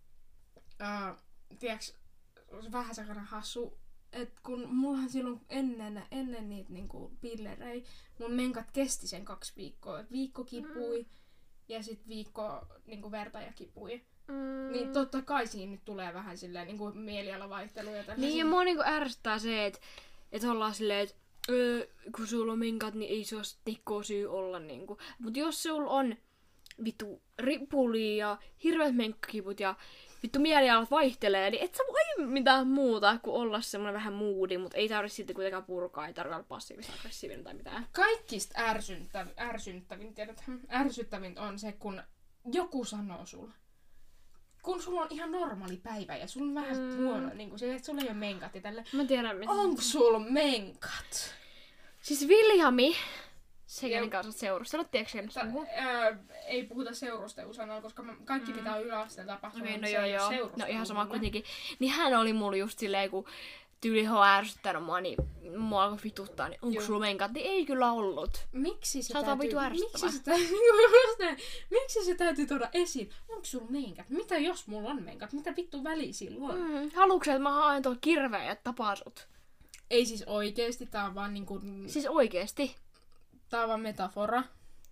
uh, tiiäks, vähän sellainen hassu, että kun mullahan silloin ennen, ennen niitä niinku pillerei, mun menkat kesti sen kaksi viikkoa. Et viikko kipui mm. ja sit viikko niinku verta ja kipui. Mm. Niin totta kai siinä nyt tulee vähän silleen niinku mielialavaihteluja. Niin ja mua niinku ärsyttää se, että et ollaan silleen, että öö, kun sulla on menkat, niin ei se ole tekosyy olla niinku. Mut jos sulla on vittu ripuli ja hirveät menkkakiput ja vittu mielialat vaihtelee, niin et sä voi mitään muuta kuin olla semmonen vähän moodi, mut ei tarvitse sitten kuitenkaan purkaa, ei tarvitse olla passiivis-aggressiivinen tai mitään. Kaikista ärsyntävin, ärsynttävin, tiedät, ärsyttävin on se, kun joku sanoo sulle. Kun sulla on ihan normaali päivä ja sulla on vähän Mm. huono, niin kuin se, että sulla ei ole menkat ja tälle. Mä tiedän, mitä. Onko sulla menkat? Siis Viljami, se Joo. kenen kanssa oot seurustellut, tiedätkö sen Ta- suvun? ää, ei puhuta seurustelusanalla, koska mä, kaikki Mm. mitä on yläasteella tapahtunut, Okei, niin no se joo ei oo joo. seurustelu No ihan sama mulle. kuitenkin. Niin hän oli mulla just silleen, kun tyyli H ärsyttänyt mua, niin mua alkoi vituttaa, niin onko Joo. sulla menkat? Niin ei kyllä ollut. Miksi se, Saattaa täytyy, vitu ärsyttävää. miksi, se täytyy, just näin. Miksi se täytyy tuoda esiin? Onko sulla menkat? Mitä jos mulla on menkat? Mitä vittu väliä sillä on? Mm. Haluatko sä, että mä haen tuolla kirveen ja tapaan sut? Ei siis oikeesti, tää on vaan niinku, Siis oikeesti. tää on vaan metafora.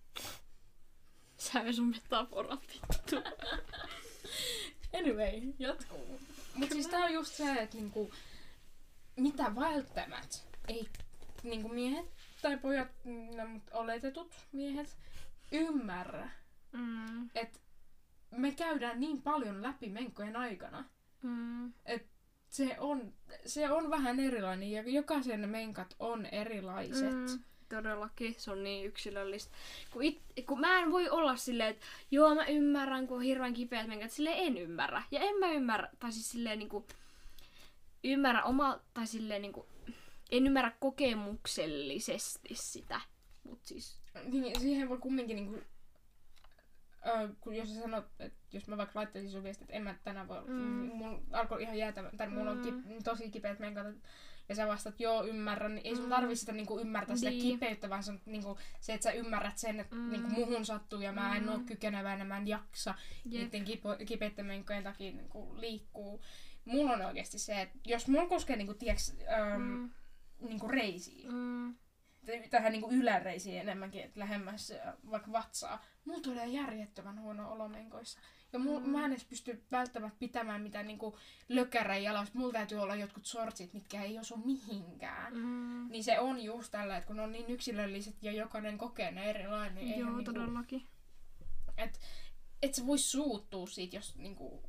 Sä ja sun metaforat vittu. Anyway, jatkuu. Mut siis tää on just se, että niinku, mitä välttämät ei niinku miehet tai pojat, no, mut oletetut miehet, ymmärrä. Mm. Että me käydään niin paljon läpi menkkojen aikana. Mm. Että se on, se on vähän erilainen ja jokaisen menkat on erilaiset. Mm. Todellakin, se on niin yksilöllistä. Kun, it, kun mä en voi olla silleen, että joo mä ymmärrän, kun on hirveän kipeät menkät, silleen en ymmärrä. Ja en mä ymmärrä, tai siis silleen niinku, ymmärrä oma, tai silleen niinku, en ymmärrä kokemuksellisesti sitä. Mut siis, Niin, siihen voi kumminkin niinku, ö, kun jos sä sanot, että jos mä vaikka laittaisin sun viestit, että en mä tänään voi, Mm. mm. mulla alkoi ihan jäätä, tai mulla on Mm. kip, tosi kipeät menkat, ja sä vastaat, joo ymmärrän, niin ei sun Mm. tarvii sitä niinku ymmärtää sitä Niin. kipeyttä, vaan se, on, niinku, se, että sä ymmärrät sen, että Mm. niinku, muhun sattuu ja mä en Mm. oo kykeneväinen, mä en jaksa jep. niiden kipo, kipeitten menkkojen takia niinku, liikkuu. Mulla on oikeasti se, että jos mulla koskee, niinku, tiiäks, äm, Mm. niinku reisiin. Mm. Tähän niinku yläreisiin enemmänkin, että lähemmäs vaikka vatsaa. Mulla tulee järjettömän huono olo menkoissa. Ja mul, mm. mä en edes pysty välttämättä pitämään mitään niinku lökärän jalassa. Mulla täytyy olla jotkut sortsit, mitkä ei osu mihinkään. Mm. Niin se on just tällä, että kun ne on niin yksilölliset ja jokainen kokee ne erilainen. Niin joo, niinku, todellakin. et, et sä vois suuttua siitä, jos niinku...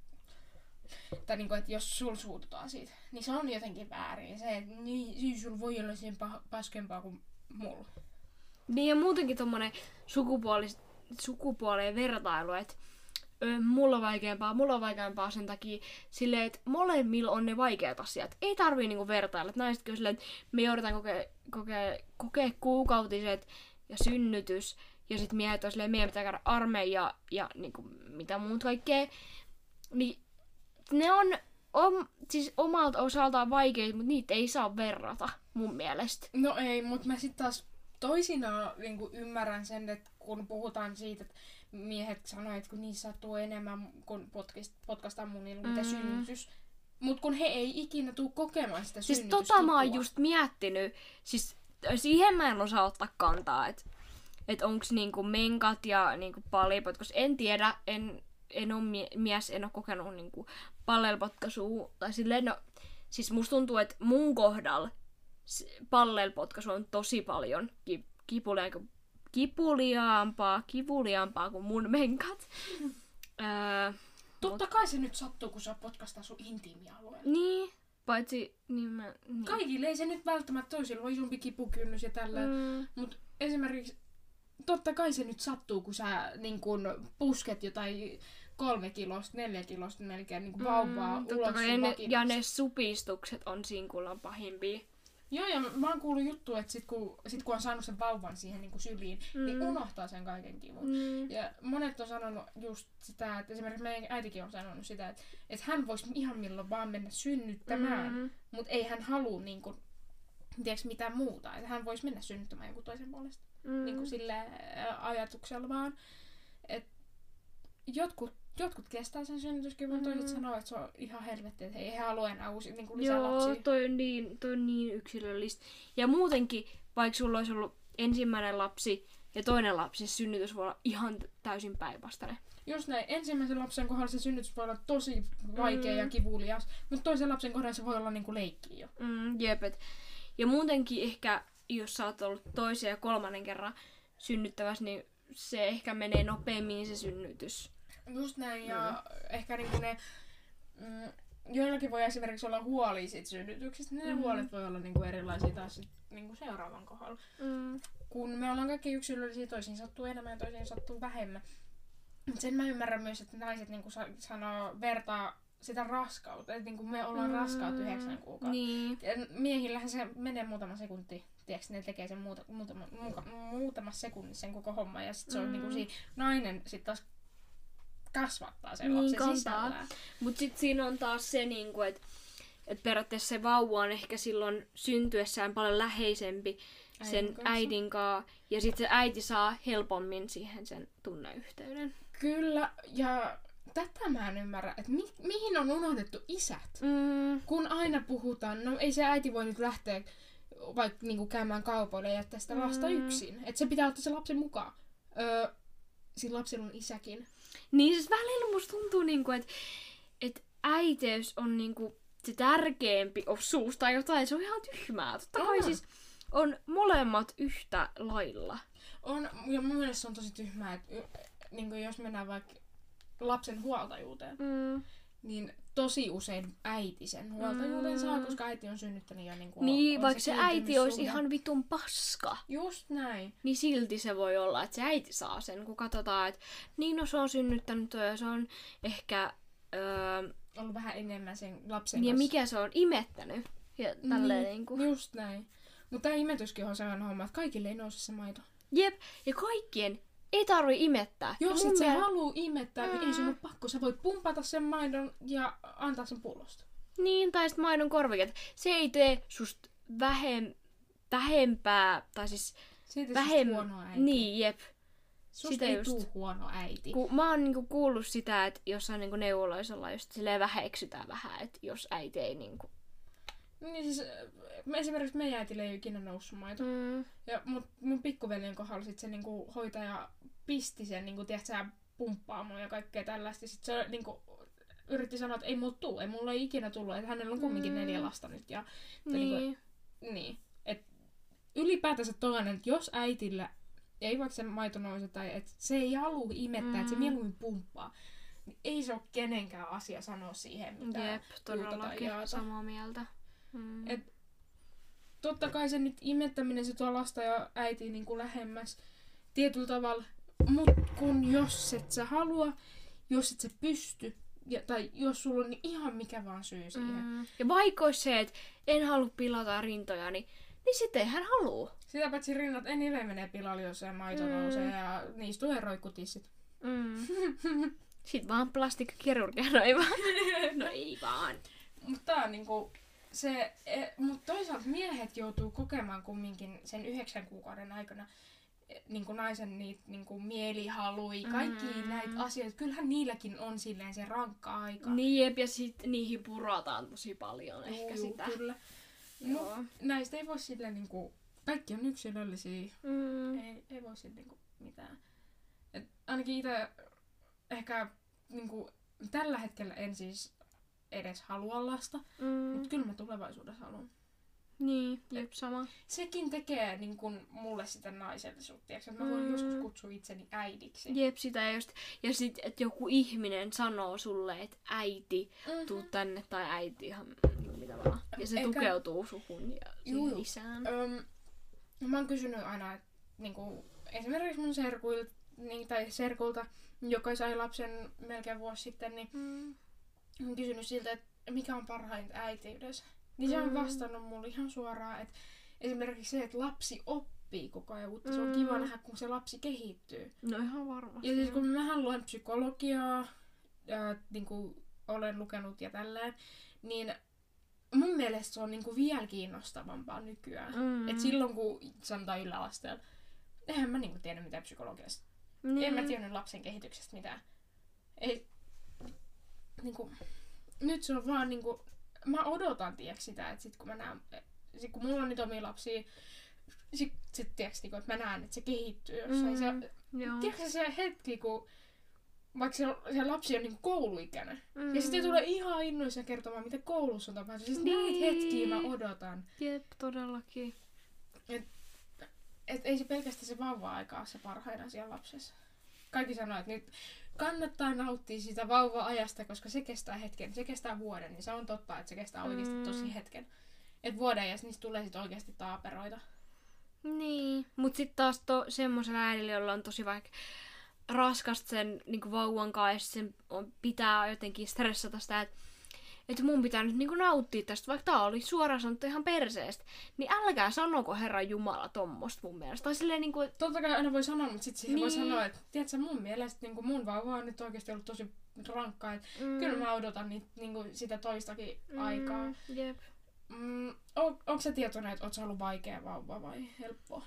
Tai niinku, että jos sul suututaan siitä, niin se on jotenkin väärin. Se, että niin, siis sul voi olla siinä pah- paskempaa kuin mulla. Niin ja muutenkin tommonen sukupuolis, sukupuoleen vertailu, että ö, mulla on vaikeampaa, mulla on vaikeampaa sen takia silleen, että molemmilla on ne vaikeat asiat. Ei tarvii niinku vertailla. Että naiset kyllä silleen, että me joudutaan kokea, kokea, kokea kuukautiset ja synnytys. Ja sit miehet on silleen, meidän pitää käydä armeija ja niinku, mitä muut kaikkea. Niin ne on, on siis omalta osaltaan vaikeita, mutta niitä ei saa verrata mun mielestä. No ei, mutta mä sitten taas toisinaan niin ymmärrän sen, että kun puhutaan siitä, että miehet sanoo, että kun niissä sattuu enemmän kuin potkastaa munilla, mm. mitä synnytys. Mutta kun he ei ikinä tule kokemaan sitä siis synnytystukua. Siis tota mä oon just miettinyt, siis siihen mä en osaa ottaa kantaa, että et onks niinku menkat ja niinku palipot, koska en tiedä, en... En ole mie- mies, en ole kokenut niinku pallelpotkaisua. Tai silleen, no, siis musta tuntuu, että mun kohdalla pallelpotkaisu on tosi paljon ki- kipulia- kipuliaampaa, kivuliaampaa kuin mun menkat. Mm. Öö, Totta mut... kai se nyt sattuu, kun sä potkastaa sun intiimialueella. Niin, paitsi... Niin mä, niin. Kaikille ei se nyt välttämättä toisilla on isompi kipukynnys ja tällä. Mm. Mutta esimerkiksi totta kai se nyt sattuu, kun sä niin kun pusket jotain kolme kilosta, neljä kilosta melkein niin vauvaa mm, ulos sun ne, ja ne supistukset on sinkulla pahimpia. Joo, ja mä oon kuullut juttua, että sit kun, sit kun on saanut sen vauvan siihen niin syliin, mm. niin unohtaa sen kaiken kivun. Mm. Ja monet on sanonut just sitä, että esimerkiksi meidän äitikin on sanonut sitä, että, että hän voisi ihan milloin vaan mennä synnyttämään, mm. mutta ei hän halua niin kuin, tiedätkö, mitään muuta. Että hän voisi mennä synnyttämään joku toisen puolesta. Mm. Niin kuin sillä ajatuksella vaan. Että jotkut, jotkut kestää sen synnytyskyvyn, mm. toiset sanoo, että se on ihan helvetti, että he ei halua enää uusi, niin kuin lisää Joo, lapsia. toi on niin, toi on niin yksilöllistä. Ja muutenkin, vaikka sulla olisi ollut ensimmäinen lapsi ja toinen lapsi, synnytys voi olla ihan täysin päinvastainen. Just näin. Ensimmäisen lapsen kohdalla se synnytys voi olla tosi vaikea mm. ja kivulias, mutta toisen lapsen kohdalla se voi olla niinku leikkiä jo. Mm, jep, et. Ja muutenkin ehkä, jos sä oot ollut toisen ja kolmannen kerran synnyttävässä, niin se ehkä menee nopeammin se synnytys. Just näin, ja mm. ehkä niinku ne... Mm, joillakin voi esimerkiksi olla huolia siitä synnytyksestä, niin ne mm. huolet voi olla niinku erilaisia taas sit, niinku seuraavan kohdalla. Mm. Kun me ollaan kaikki yksilöllisiä, toisiin sattuu enemmän ja toisiin sattuu vähemmän. Sen mä ymmärrän myös, että naiset niinku sa- sanoo, vertaa sitä raskautta, että niinku me ollaan mm. raskaat yhdeksän kuukautta. Niin. Miehillähän se menee muutama sekunti, tiedätkö, ne tekee sen muuta, muutama, muka, muutama sekunnissa sen koko homma, ja sit se on mm. niinku siinä, nainen sit taas kasvattaa sen niin, lapsen sisällään. Mut sit siinä on taas se, niinku, että et periaatteessa se vauva on ehkä silloin syntyessään paljon läheisempi sen äidin kanssa, äidin kanssa, ja sit se äiti saa helpommin siihen sen tunneyhteyden. Kyllä, ja tätä mä en ymmärrä, että mi- mihin on unohdettu isät? Mm. Kun aina puhutaan, no ei se äiti voi nyt lähteä vaikka niinku käymään kaupoille ja jättää sitä lasta mm. yksin. Että se pitää ottaa se lapsen mukaan. Öö, sillä lapsella on isäkin. Niin siis välillä musta tuntuu, niinku, että et äiteys on niinku se tärkeämpi osuus tai jotain. Se on ihan tyhmää. Totta kai siis on molemmat yhtä lailla. On, ja mun mielestä se on tosi tyhmää, että niin jos mennään vaikka lapsen huoltajuuteen, mm. niin tosi usein äiti sen huoltajuuden mm. saa, koska äiti on synnyttänyt jo niin kuin Niin, vaikka se, se äiti olisi ihan vitun paska. Just näin. Niin silti se voi olla, että se äiti saa sen, kun katsotaan, että niin no se on synnyttänyt ja se on ehkä... Öö, ollut vähän enemmän sen lapsen niin kanssa. Ja mikä se on imettänyt. Ja tälleen niin, niin kuin. Just näin. Mutta tämä imetyskin on sellainen homma, että kaikille ei nouse se maito. Jep, ja kaikkien ei tarvii imettää. Jos et sä haluu imettää, mm. niin ei sun ole pakko. Sä voit pumpata sen maidon ja antaa sen pullosta. Niin, tai sit maidon korviket. Se ei tee susta vähem, vähempää, tai siis... Se ei tee vähem... huonoa äiti. Niin, jep. Susta sitä ei just tuu huono äiti. Ku, mä oon niinku kuullut sitä, että jossain niinku neuvoloisella just silleen väheksytään vähän, että jos äiti ei niinku... Niin siis, me esimerkiksi meidän äitille ei ikinä noussut maito. Mm. Ja mut, mun pikkuveljen kohdalla sit se niinku hoitaja pisti sen, niinku, tiedät sä, pumppaamoon ja kaikkea tällaista. Sitten se niinku, yritti sanoa, että ei mulla tuu, ei mulla ei ikinä tullut, että hänellä on kumminkin Mm. neljä lasta nyt. Ja, Niin. Niinku, niin. Et ylipäätänsä tollanen, että jos äitillä ei vaikka se maito nouse tai että se ei halua imettää, mm. että se mieluummin pumppaa, niin ei se ole kenenkään asia sanoa siihen mitään. Jep, todellakin samaa mieltä. Mm. Et, totta kai se nyt imettäminen se tuo lasta ja äitiä niin kuin lähemmäs tietyllä tavalla, mutta kun jos et sä halua, jos et sä pysty, ja, tai jos sulla on niin ihan mikä vaan syy siihen. Mm. Ja vaikka olisi se, että en halua pilata rintoja, niin, niin sitten ei hän halua. Sitä paitsi rinnat eniten menee pilalle, jos se maito Mm. nousee ja niistä tulee roikkutissit. Mm. Sitten vaan plastiikkakirurgia, no ei vaan. No ei vaan. Mutta tää on niinku se, e, mut toisaalta miehet joutuu kokemaan kumminkin sen yhdeksän kuukauden aikana e, niinku naisen niitä niinku mielihalui, kaikki Mm. näitä asioita. Kyllähän niilläkin on silleen se rankka aika. Niin jep, ja sitten niihin purataan tosi paljon ehkä Juu, sitä. Kyllä. Joo. Mut näistä ei voi silleen niinku, kaikki on yksilöllisiä. Mm. Ei, ei voi silleen niinku mitään. Et ainakin itse ehkä niinku, tällä hetkellä en siis edes halua lasta, Mm. mutta kyllä mä tulevaisuudessa haluan. Niin, jep, sama. Sekin tekee niin kun, mulle sitä naisellisuutta, tiiäks, että mä voin Mm. joskus kutsua itseni äidiksi. Jep, sitä just. Ja sit, että joku ihminen sanoo sulle, että äiti, Mhm. tuu tänne, tai äiti ihan mitä vaan. Ja se Eikä- tukeutuu suhun ja Juu, siihen juu. isään. Öm, mä oon kysynyt aina, että niinku, esimerkiksi mun serkuilta, niin, tai serkulta, joka sai lapsen melkein vuosi sitten, niin Mm. oon kysynyt siltä, että mikä on parhainta äitiydessä. Niin se on Mm. vastannut mulle ihan suoraan, että esimerkiksi se, että lapsi oppii koko ajan uutta. Se on Mm. kiva nähdä, kun se lapsi kehittyy. No ihan varmasti. Ja siis kun mähän luen psykologiaa, ja niin kuin olen lukenut ja tälleen, niin mun mielestä se on niin kuin vielä kiinnostavampaa nykyään. Mm. Et silloin kun sanotaan yläasteella, eihän mä niin kuin tiennyt mitään psykologiasta. niin. En mä tiennyt lapsen kehityksestä mitään. Ei, niin kuin, nyt se on vaan niin kuin, mä odotan tiiäks sitä, että sit kun mä näen, sit kun mulla on nyt omia lapsia, sit, sit tiiäks, niin kuin, että mä näen, että se kehittyy jossain. Mm. Se, Joo. tiedätkö se hetki, kun vaikka se, se lapsi on niin kouluikäinen. Mm. Ja sitten tulee ihan innoissaan kertomaan, mitä koulussa on tapahtunut. Siis Niin. näitä hetkiä mä odotan. Jep, todellakin. Et ei se pelkästään se vauva-aika ole se parhain asia lapsessa. Kaikki sanoo, että nyt kannattaa nauttia sitä vauva-ajasta, koska se kestää hetken. Se kestää vuoden, niin se on totta, että se kestää oikeasti Mm. tosi hetken. Että vuoden ja niistä tulee sitten oikeasti taaperoita. Niin, mut sit taas to, semmoisella äidillä, jolla on tosi vaikka raskasta sen niin vauvan kanssa, sen on, pitää jotenkin stressata sitä, että et mun pitää nyt niin nauttia tästä, vaikka tää oli suoraan sanottu ihan perseestä, niin älkää sanoko Herran Jumala tommosta mun mielestä. Tai silleen niin kuin, Totta kai aina voi sanoa, mutta sitten siihen Niin. voi sanoa, että tiedätkö, mun mielestä niin mun vauva on nyt oikeasti ollut tosi rankkaa. Että mm, kyllä mä odotan niitä, niin kuin sitä toistakin mm, aikaa. Jep. Mm, on, onko sä tietoinen, että oot sä ollut vaikea vauva vai helppoa?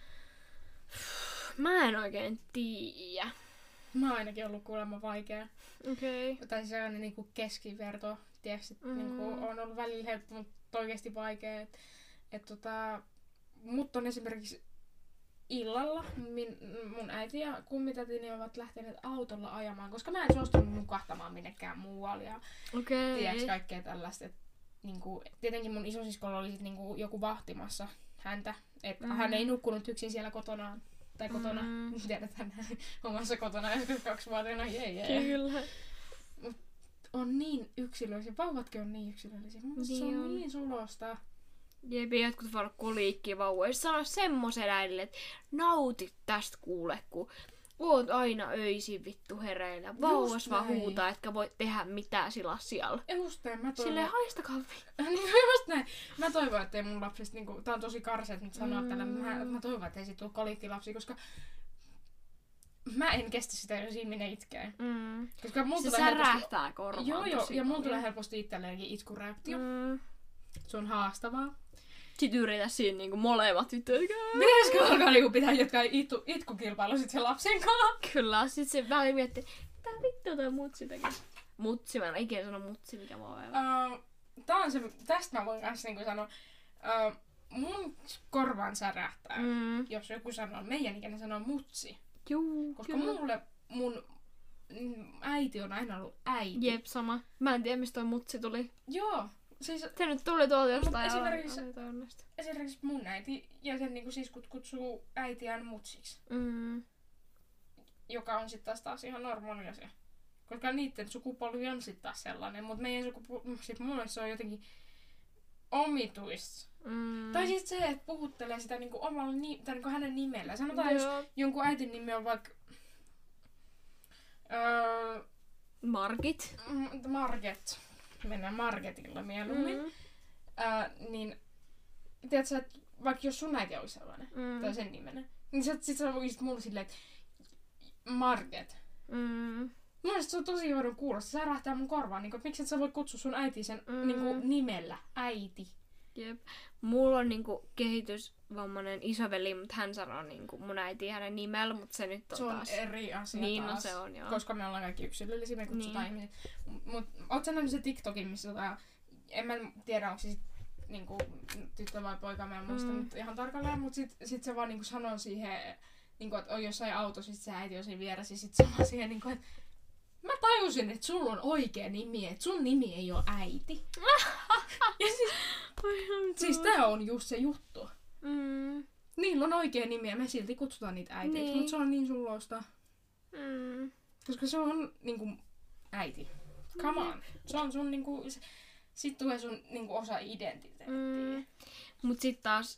Mä en oikein tiedä. Mä oon ainakin ollut kuulemma vaikea. Okei. Okay. Tai se on niinku keskiverto. Tiedätkö, Mm. mm. niinku, on ollut välillä helppo, mutta oikeasti vaikea. Et, et tota, mut on esimerkiksi illalla min, mun äiti ja kummitätini ovat lähteneet autolla ajamaan, koska mä en suostunut nukahtamaan minnekään muualle. Ja Okei. tiedätkö, kaikkea tällaista. Et, niinku, tietenkin mun isosiskolla oli sit, niinku, joku vahtimassa häntä. Että Mm. hän ei nukkunut yksin siellä kotonaan. Tai kotona. Mm. Tiedät, hän omassa kotona joskus kaksivuotiaana. Jee, jee. Kyllä. On niin yksilöllisiä. Vauvatkin on niin yksilöllisiä. Mun mielestä se Niin on on. niin sulosta. Jep, ja jotkut voi olla koliikkia vauvoja. Sano semmoisen äidille, että nautit tästä kuule, kun oot aina öisin vittu hereillä. Vauvas vaan näin. huutaa, etkä voi tehdä mitään sillä asialla. Just näin. Mä toivon... Silleen haistakaa vittu. Niin, just näin. Mä toivon, ettei mun lapsista, niinku, tää on tosi karseet nyt sanoa Mm. tällä, mä, mä toivon, ettei sit tuu koliikkilapsia, koska mä en kestä sitä, jos ihminen itkee. Mm. Koska mulla Se tulee helposti... särähtää korvaan. Joo, joo, tosi ja mulla paljon. tulee helposti itselleenkin itkureaktio. Mm. Mm. Se on haastavaa. Sit yritä siinä niinku molemmat tytöt. Pitäisikö alkaa niinku pitää jotkään itku, itkukilpailu sit sen lapsen kanssa? Kyllä, sit se väliin miettii, tää vittu toi mutsi tekee. Mutsi, mä en ikinä sano mutsi, mikä mua on. Uh, tää on se, tästä mä voin kanssa niinku sanoa, uh, mun korvaan särähtää, Mm. jos joku sanoo, meidän ikäinen sanoo mutsi. Juu, Koska kyllä. mulle mun äiti on aina ollut äiti. Jep, sama. Mä en tiedä, mistä toi mutsi tuli. Joo. Siis Se nyt tuli tuolta jostain esimerkiksi- esimerkiksi... esimerkiksi mun äiti ja sen niinku siskut kutsuu äitiään mutsiksi. Mm. Joka on sitten taas, taas ihan normaali asia. Koska niiden sukupolvi on sitten taas sellainen. Mutta meidän sukupolvi, sit mulle se on jotenkin omituista. Mm. Tai sitten se, että puhuttelee sitä niinku omalla ni- tai niinku hänen nimellä. Sanotaan, jos Joo. jonkun äitin nimi on vaikka öö, Margit. M- Marget. Mennään Margetilla mieluummin. Mm. Ää, niin, tiedätkö, että vaikka jos sun äiti olisi sellainen, Mm. tai sen nimenen, niin sit, sit sä voisit mulle silleen, että Marget. Mm. Mun mielestä se on tosi johdon kuulosta. Se särähtää mun korvaan, niin kuin, että miksi et sä voi kutsua sun äiti sen Mm. niin kuin, nimellä, äiti. Jep. Mulla on niinku kehitysvammainen isoveli, mutta hän sanoo niinku mun äiti hänen nimellä, mutta se nyt on Se on taas... eri asia Niin, taas. no se on, joo. Koska me ollaan kaikki yksilöllisiä, me kutsutaan Niin. ihmisiä. Mut oot sä nähnyt se TikTokin, missä tota, en mä tiedä, onko se sit niinku, tyttö vai poika, mä en muista Mm. nyt ihan tarkalleen, mut sit, sit se vaan niinku sanoo siihen, niinku, että on jossain autossa, sit se äiti on siinä vieressä, ja sit se vaan siihen, niinku, että mä tajusin, että sulla on oikea nimi, että sun nimi ei ole äiti. Ja siis, siis tää on just se juttu. Mm. Niillä on oikea nimi ja me silti kutsutaan niitä äiteiksi, Niin. mutta se on niin sulosta. Mm. Koska se on niinku äiti. Come on. Se on sun niinku... Se, sit tulee sun niinku osa identiteettiä. Mm. Mut sit taas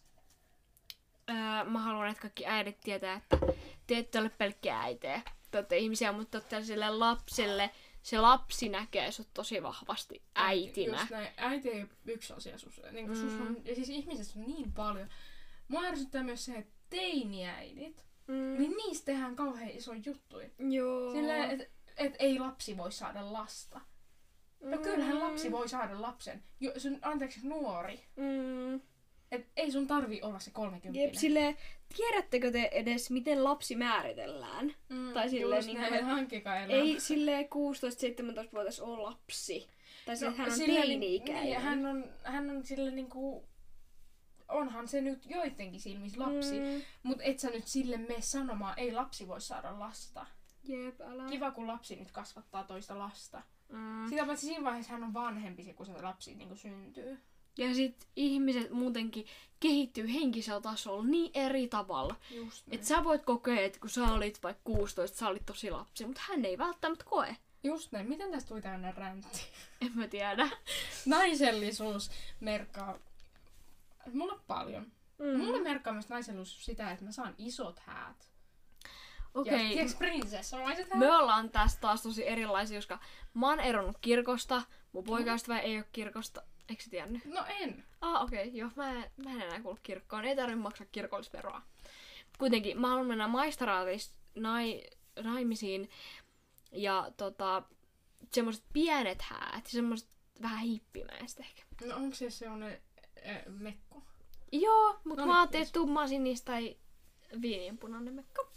ää, mä haluan, että kaikki äidit tietää, että te ette ole pelkkiä äitejä. Te olette ihmisiä, mutta te olette sille lapselle. Se lapsi näkee sut tosi vahvasti äitinä. Just näin. Äiti ei ole yksi asia sus. Niinku Mm. sus on, ja siis ihmisistä on niin paljon. Mua ärsyttää myös se, että teiniäidit, Mm. niin niistä tehdään kauhean iso juttu. Joo. Silleen, että et ei lapsi voi saada lasta. No kyllähän lapsi voi saada lapsen. Jo, sun, anteeksi, nuori. Mm. Et ei sun tarvii olla se kolmekymmentä. Jep, silleen, tiedättekö te edes, miten lapsi määritellään? Mm, tai silleen just niinku, näin, et- hankkikaa elämä. Ei silleen kuusitoista-seitsemäntoista-vuotias ole lapsi. Tai se, No, että hän on silleen teini-ikäinen. Niin, hän on, hän on sille niinku... Onhan se nyt joidenkin silmissä lapsi. Mm. Mut et sä nyt sille mene sanomaan, ei lapsi voi saada lasta. Jep, älä. Kiva kun lapsi nyt kasvattaa toista lasta. Mm. Sitä paitsi siinä vaiheessa hän on vanhempi, kun se lapsi niinku syntyy. Ja sit ihmiset muutenkin kehittyy henkisellä tasolla niin eri tavalla. Just Et sä voit kokea, että kun sä olit vaikka kuusitoista, sä olit tosi lapsi, mutta hän ei välttämättä koe. Just näin. Miten tästä tuli tämmönen räntti? En mä tiedä. Naisellisuus merkkaa... Mulla paljon. Mm. Mulle merkkaa myös naisellisuus sitä, että mä saan isot häät. Okei. Ja tiedätkö prinsessamaiset häät? Me ollaan tästä taas tosi erilaisia, koska mä oon eronnut kirkosta, mun poikaystävä ei ole kirkosta. Eikö sä tiennyt? No en. Ah, okei, okay, joo, mä en, mä en enää kuulu kirkkoon, ei tarvitse maksaa kirkollisveroa. Kuitenkin mä haluan mennä maistaraatista nai, naimisiin ja tota, semmoset pienet häät, semmoset vähän hippimäiset ehkä. No onko se sellainen äh, mekko? Joo, mutta No no, niin, mä ajattelin, yes. että tummaa sinistä tai viinipunnainen mekko.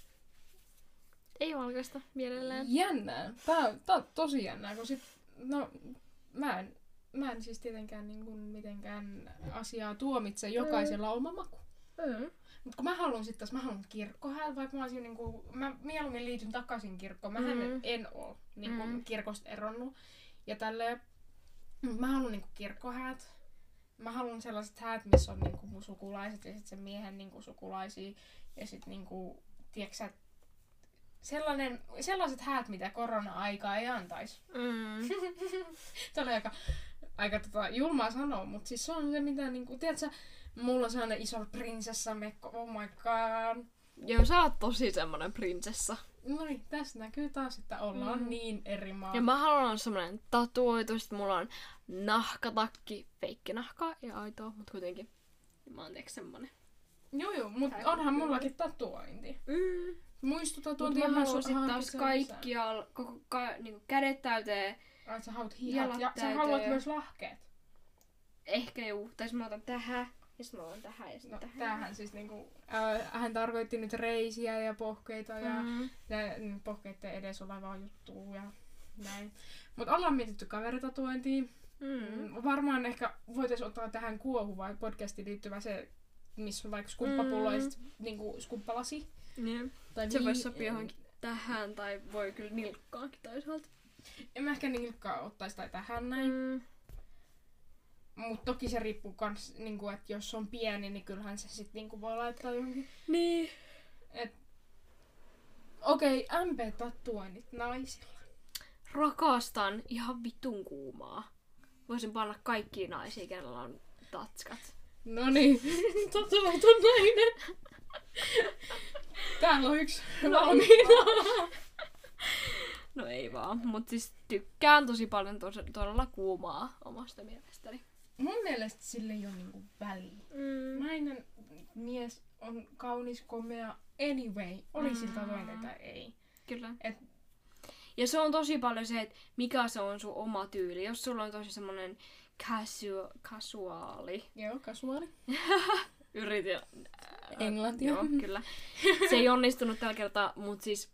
Ei valkoista mielellään. Jännää. Tää, tää on tosi jännää, kun sit... No, mä en, mä en siis tietenkään niin kuin mitenkään asiaa tuomitse. Jokaisella on oma maku. Mm. Mut kun mä haluan sit taas, mä haluan kirkkohäät, vaikka mä olisin niinku... Mä mieluummin liityn takaisin kirkkoon. Mähän Mm. en oo niinku Mm. kirkosta eronnut. Ja tälleen... Mut mä haluan niinku kirkkohäät. Mä haluan sellaiset häät, missä on niinku mun sukulaiset ja sit sen miehen niinku sukulaisia. Ja sit niinku, tiiäksä, sellainen, sellaiset häät, mitä korona-aikaa ei antaisi. Mm. Tämä oli aika, aika tota, julmaa sanoa, mutta siis se on se, mitä niinku, tiedätkö, mulla on sellainen iso prinsessamekko, oh my god. Joo, sä oot tosi semmonen prinsessa. No niin, tässä näkyy taas, että ollaan Mm. niin eri maa. Ja mä haluan olla semmonen tatuoitu, sit mulla on nahkatakki, feikkinahkaa ja aitoa, mut kuitenkin. Mä oon tiiäks semmonen. Joo joo, mutta Tää onhan on mullakin tatuointi. Mm. Muistutatuointi Mut mä ihan haluan sit hankit taas sen kaikkialla, koko ka, niinku kädet täyteen. lisää. Ai sä haluat hihat jalat ja sä täyteen. haluat myös lahkeet. Ehkä juu, tai sit mä otan tähän, ja sit mä otan tähän, ja sit No tähän. tämähän siis niinku, äh, hän tarkoitti nyt reisiä ja pohkeita ja Mm. ne, pohkeiden edes olevaa juttua ja näin. Mut ollaan mietitty kaveritatuointia. Mm. Varmaan ehkä voitaisiin ottaa tähän kuohuvaan podcastiin liittyvä se, missä on vaikka skumppapullo mm. ja sit, niinku skumppalasi. Yeah. Tai se vi- voisi sopia johonkin tähän, tai voi kyllä nilkkaankin toisaalta. En mä ehkä nilkkaa ottaisi tai tähän näin. Mm. Mut toki se riippuu kans, niinku, että jos on pieni, niin kyllähän se sit niinku voi laittaa johonkin. Niin. Et... Okei, okay, M P-tatuoinnit naisilla. Rakastan ihan vitun kuumaa. Voisin panna kaikkiin naisiin, kenellä on tatskat. Noniin, tatuoitu nainen. Täällä on yksi valmiina. No ei vaan, mut siis tykkään tosi paljon tos, todella kuumaa omasta mielestäni. Mun mielestä sille ei ole niinku väliä. Mm. Nainen, mies on kaunis, komea, anyway, oli sillä tatuointeja tai ei. Kyllä. Et... Ja se on tosi paljon se, että mikä se on sun oma tyyli. Jos sulla on tosi semmonen casu- casuaali. Joo, kasuaali. Yritin. Äh, Englantia. Joo, kyllä. Se ei onnistunut tällä kertaa, mut siis...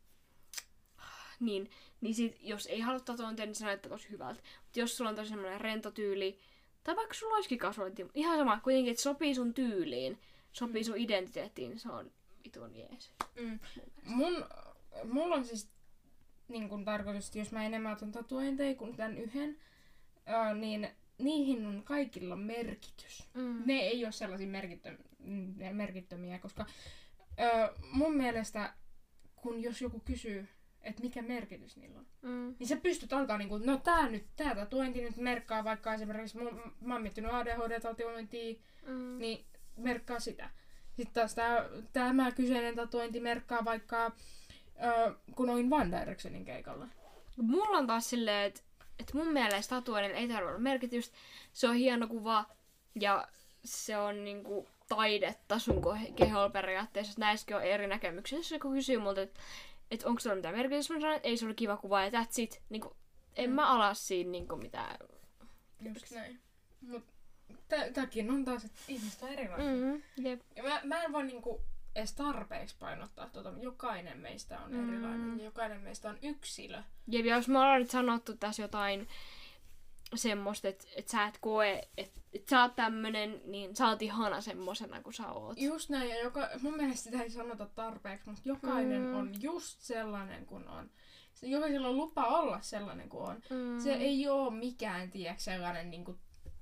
Niin, niin sit, jos ei halua tatuointia, niin se näyttää tosi hyvältä. Mut jos sulla on tosi semmonen rento tyyli, tai vaikka sulla olisikin kasvointi, ihan sama, kuitenkin, että sopii sun tyyliin, sopii sun identiteettiin, niin se on vitun jees. Mm. Mun, mulla on siis niin kun tarkoitus, että jos mä enemmän otan tatuointeja kuin tämän yhden, ää, niin niihin on kaikilla merkitys. Mm. Ne ei ole sellaisia merkittömiä, merkittömiä koska ää, mun mielestä, kun jos joku kysyy, että mikä merkitys niillä on, Mm. niin sä pystyt alkaa niinku, no tää nyt, tää tatuointi nyt merkkaa vaikka esimerkiksi, mun, mä oon miettinyt A D H D-tatuointia, Mm. niin merkkaa sitä. Sitten taas tää, tämä kyseinen tatuointi merkkaa vaikka, ö, kun olin One Directionin keikalla. Mulla on taas silleen, että et mun mielestä tatuoinnilla ei tarvitse olla merkitystä. Se on hieno kuva ja se on niinku taidetta sun keholla periaatteessa. Näissäkin on eri näkemyksiä. Jos joku kysyy multa, että et onko sulla mitään merkitystä, mä sanon, että ei se ole kiva kuva ja that's it. Niinku, en Mm. mä ala siinä niinku mitään. Just näin. Mut tä, tämäkin on taas, että ihmiset on erilaisia. Mm, jep. Ja mä, mä en voi niinku edes tarpeeksi painottaa tuota. Jokainen meistä on Mm. erilainen. Jokainen meistä on yksilö. Jep, ja jos me ollaan nyt sanottu tässä jotain semmoista, että et sä et koe, että et sä oot tämmönen, niin sä oot ihana semmosena kuin sä oot. Just näin, ja joka, mun mielestä sitä ei sanota tarpeeksi, mutta jokainen Mm. on just sellainen kuin on. Se, jokaisella on lupa olla sellainen kuin on. Mm. Se ei oo mikään, tiedäks, sellainen niinku...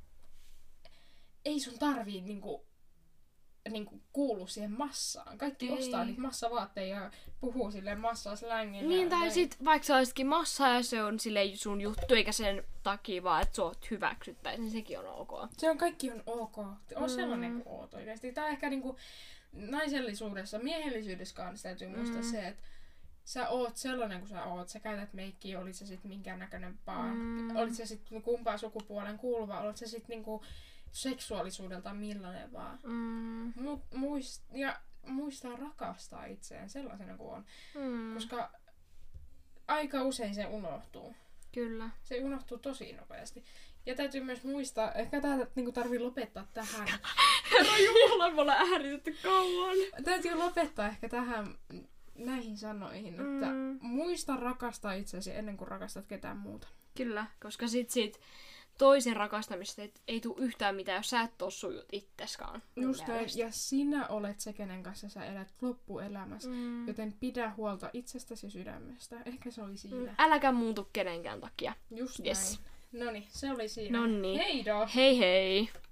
Ei sun tarvii niinku, niinku kuulu siihen massaan. Kaikki Ei. ostaa niitä massavaatteja ja puhuu silleen massaa slängillä. Niin, tai näin. sit vaikka sä olisitkin massa ja se on silleen sun juttu, eikä sen takia vaan, että sä oot hyväksyttäisiin, niin sekin on ok. Se on, kaikki on ok. On Mm. sellainen kuin oot oikeesti. Tää ehkä niinku naisellisuudessa, miehellisyydessä kanssa täytyy muistaa Mm. se, että sä oot sellainen kuin sä oot. Sä käytät meikkiä, olit se sit minkään näköinen vaan. Mm. Olit se sit kumpaan sukupuolen kuuluva, olit se sit niinku seksuaalisuudelta millainen vaan. Mm. Mut muist, ja muistaa rakastaa itseään sellaisena kuin on. Mm. Koska aika usein se unohtuu. Kyllä. Se unohtuu tosi nopeasti. Ja täytyy myös muistaa, ehkä tää niinku tarvii lopettaa tähän. Herra Jumala, me ollaan ääritetty kauan. Täytyy lopettaa ehkä tähän näihin sanoihin, että Mm. muista rakastaa itseäsi ennen kuin rakastat ketään muuta. Kyllä, koska sit siitä toisen rakastamista ei, ei tule yhtään mitään, jos sä et tossu itseskaan. mun Just näin. mielestä. Ja sinä olet se, kenen kanssa sä elät loppuelämässä. Mm. Joten pidä huolta itsestäsi ja sydämestä. Ehkä se oli siinä. Mm. Äläkä muutu kenenkään takia. Just Yes. näin. Noniin, se oli siinä. Noniin. Heido! Hei hei!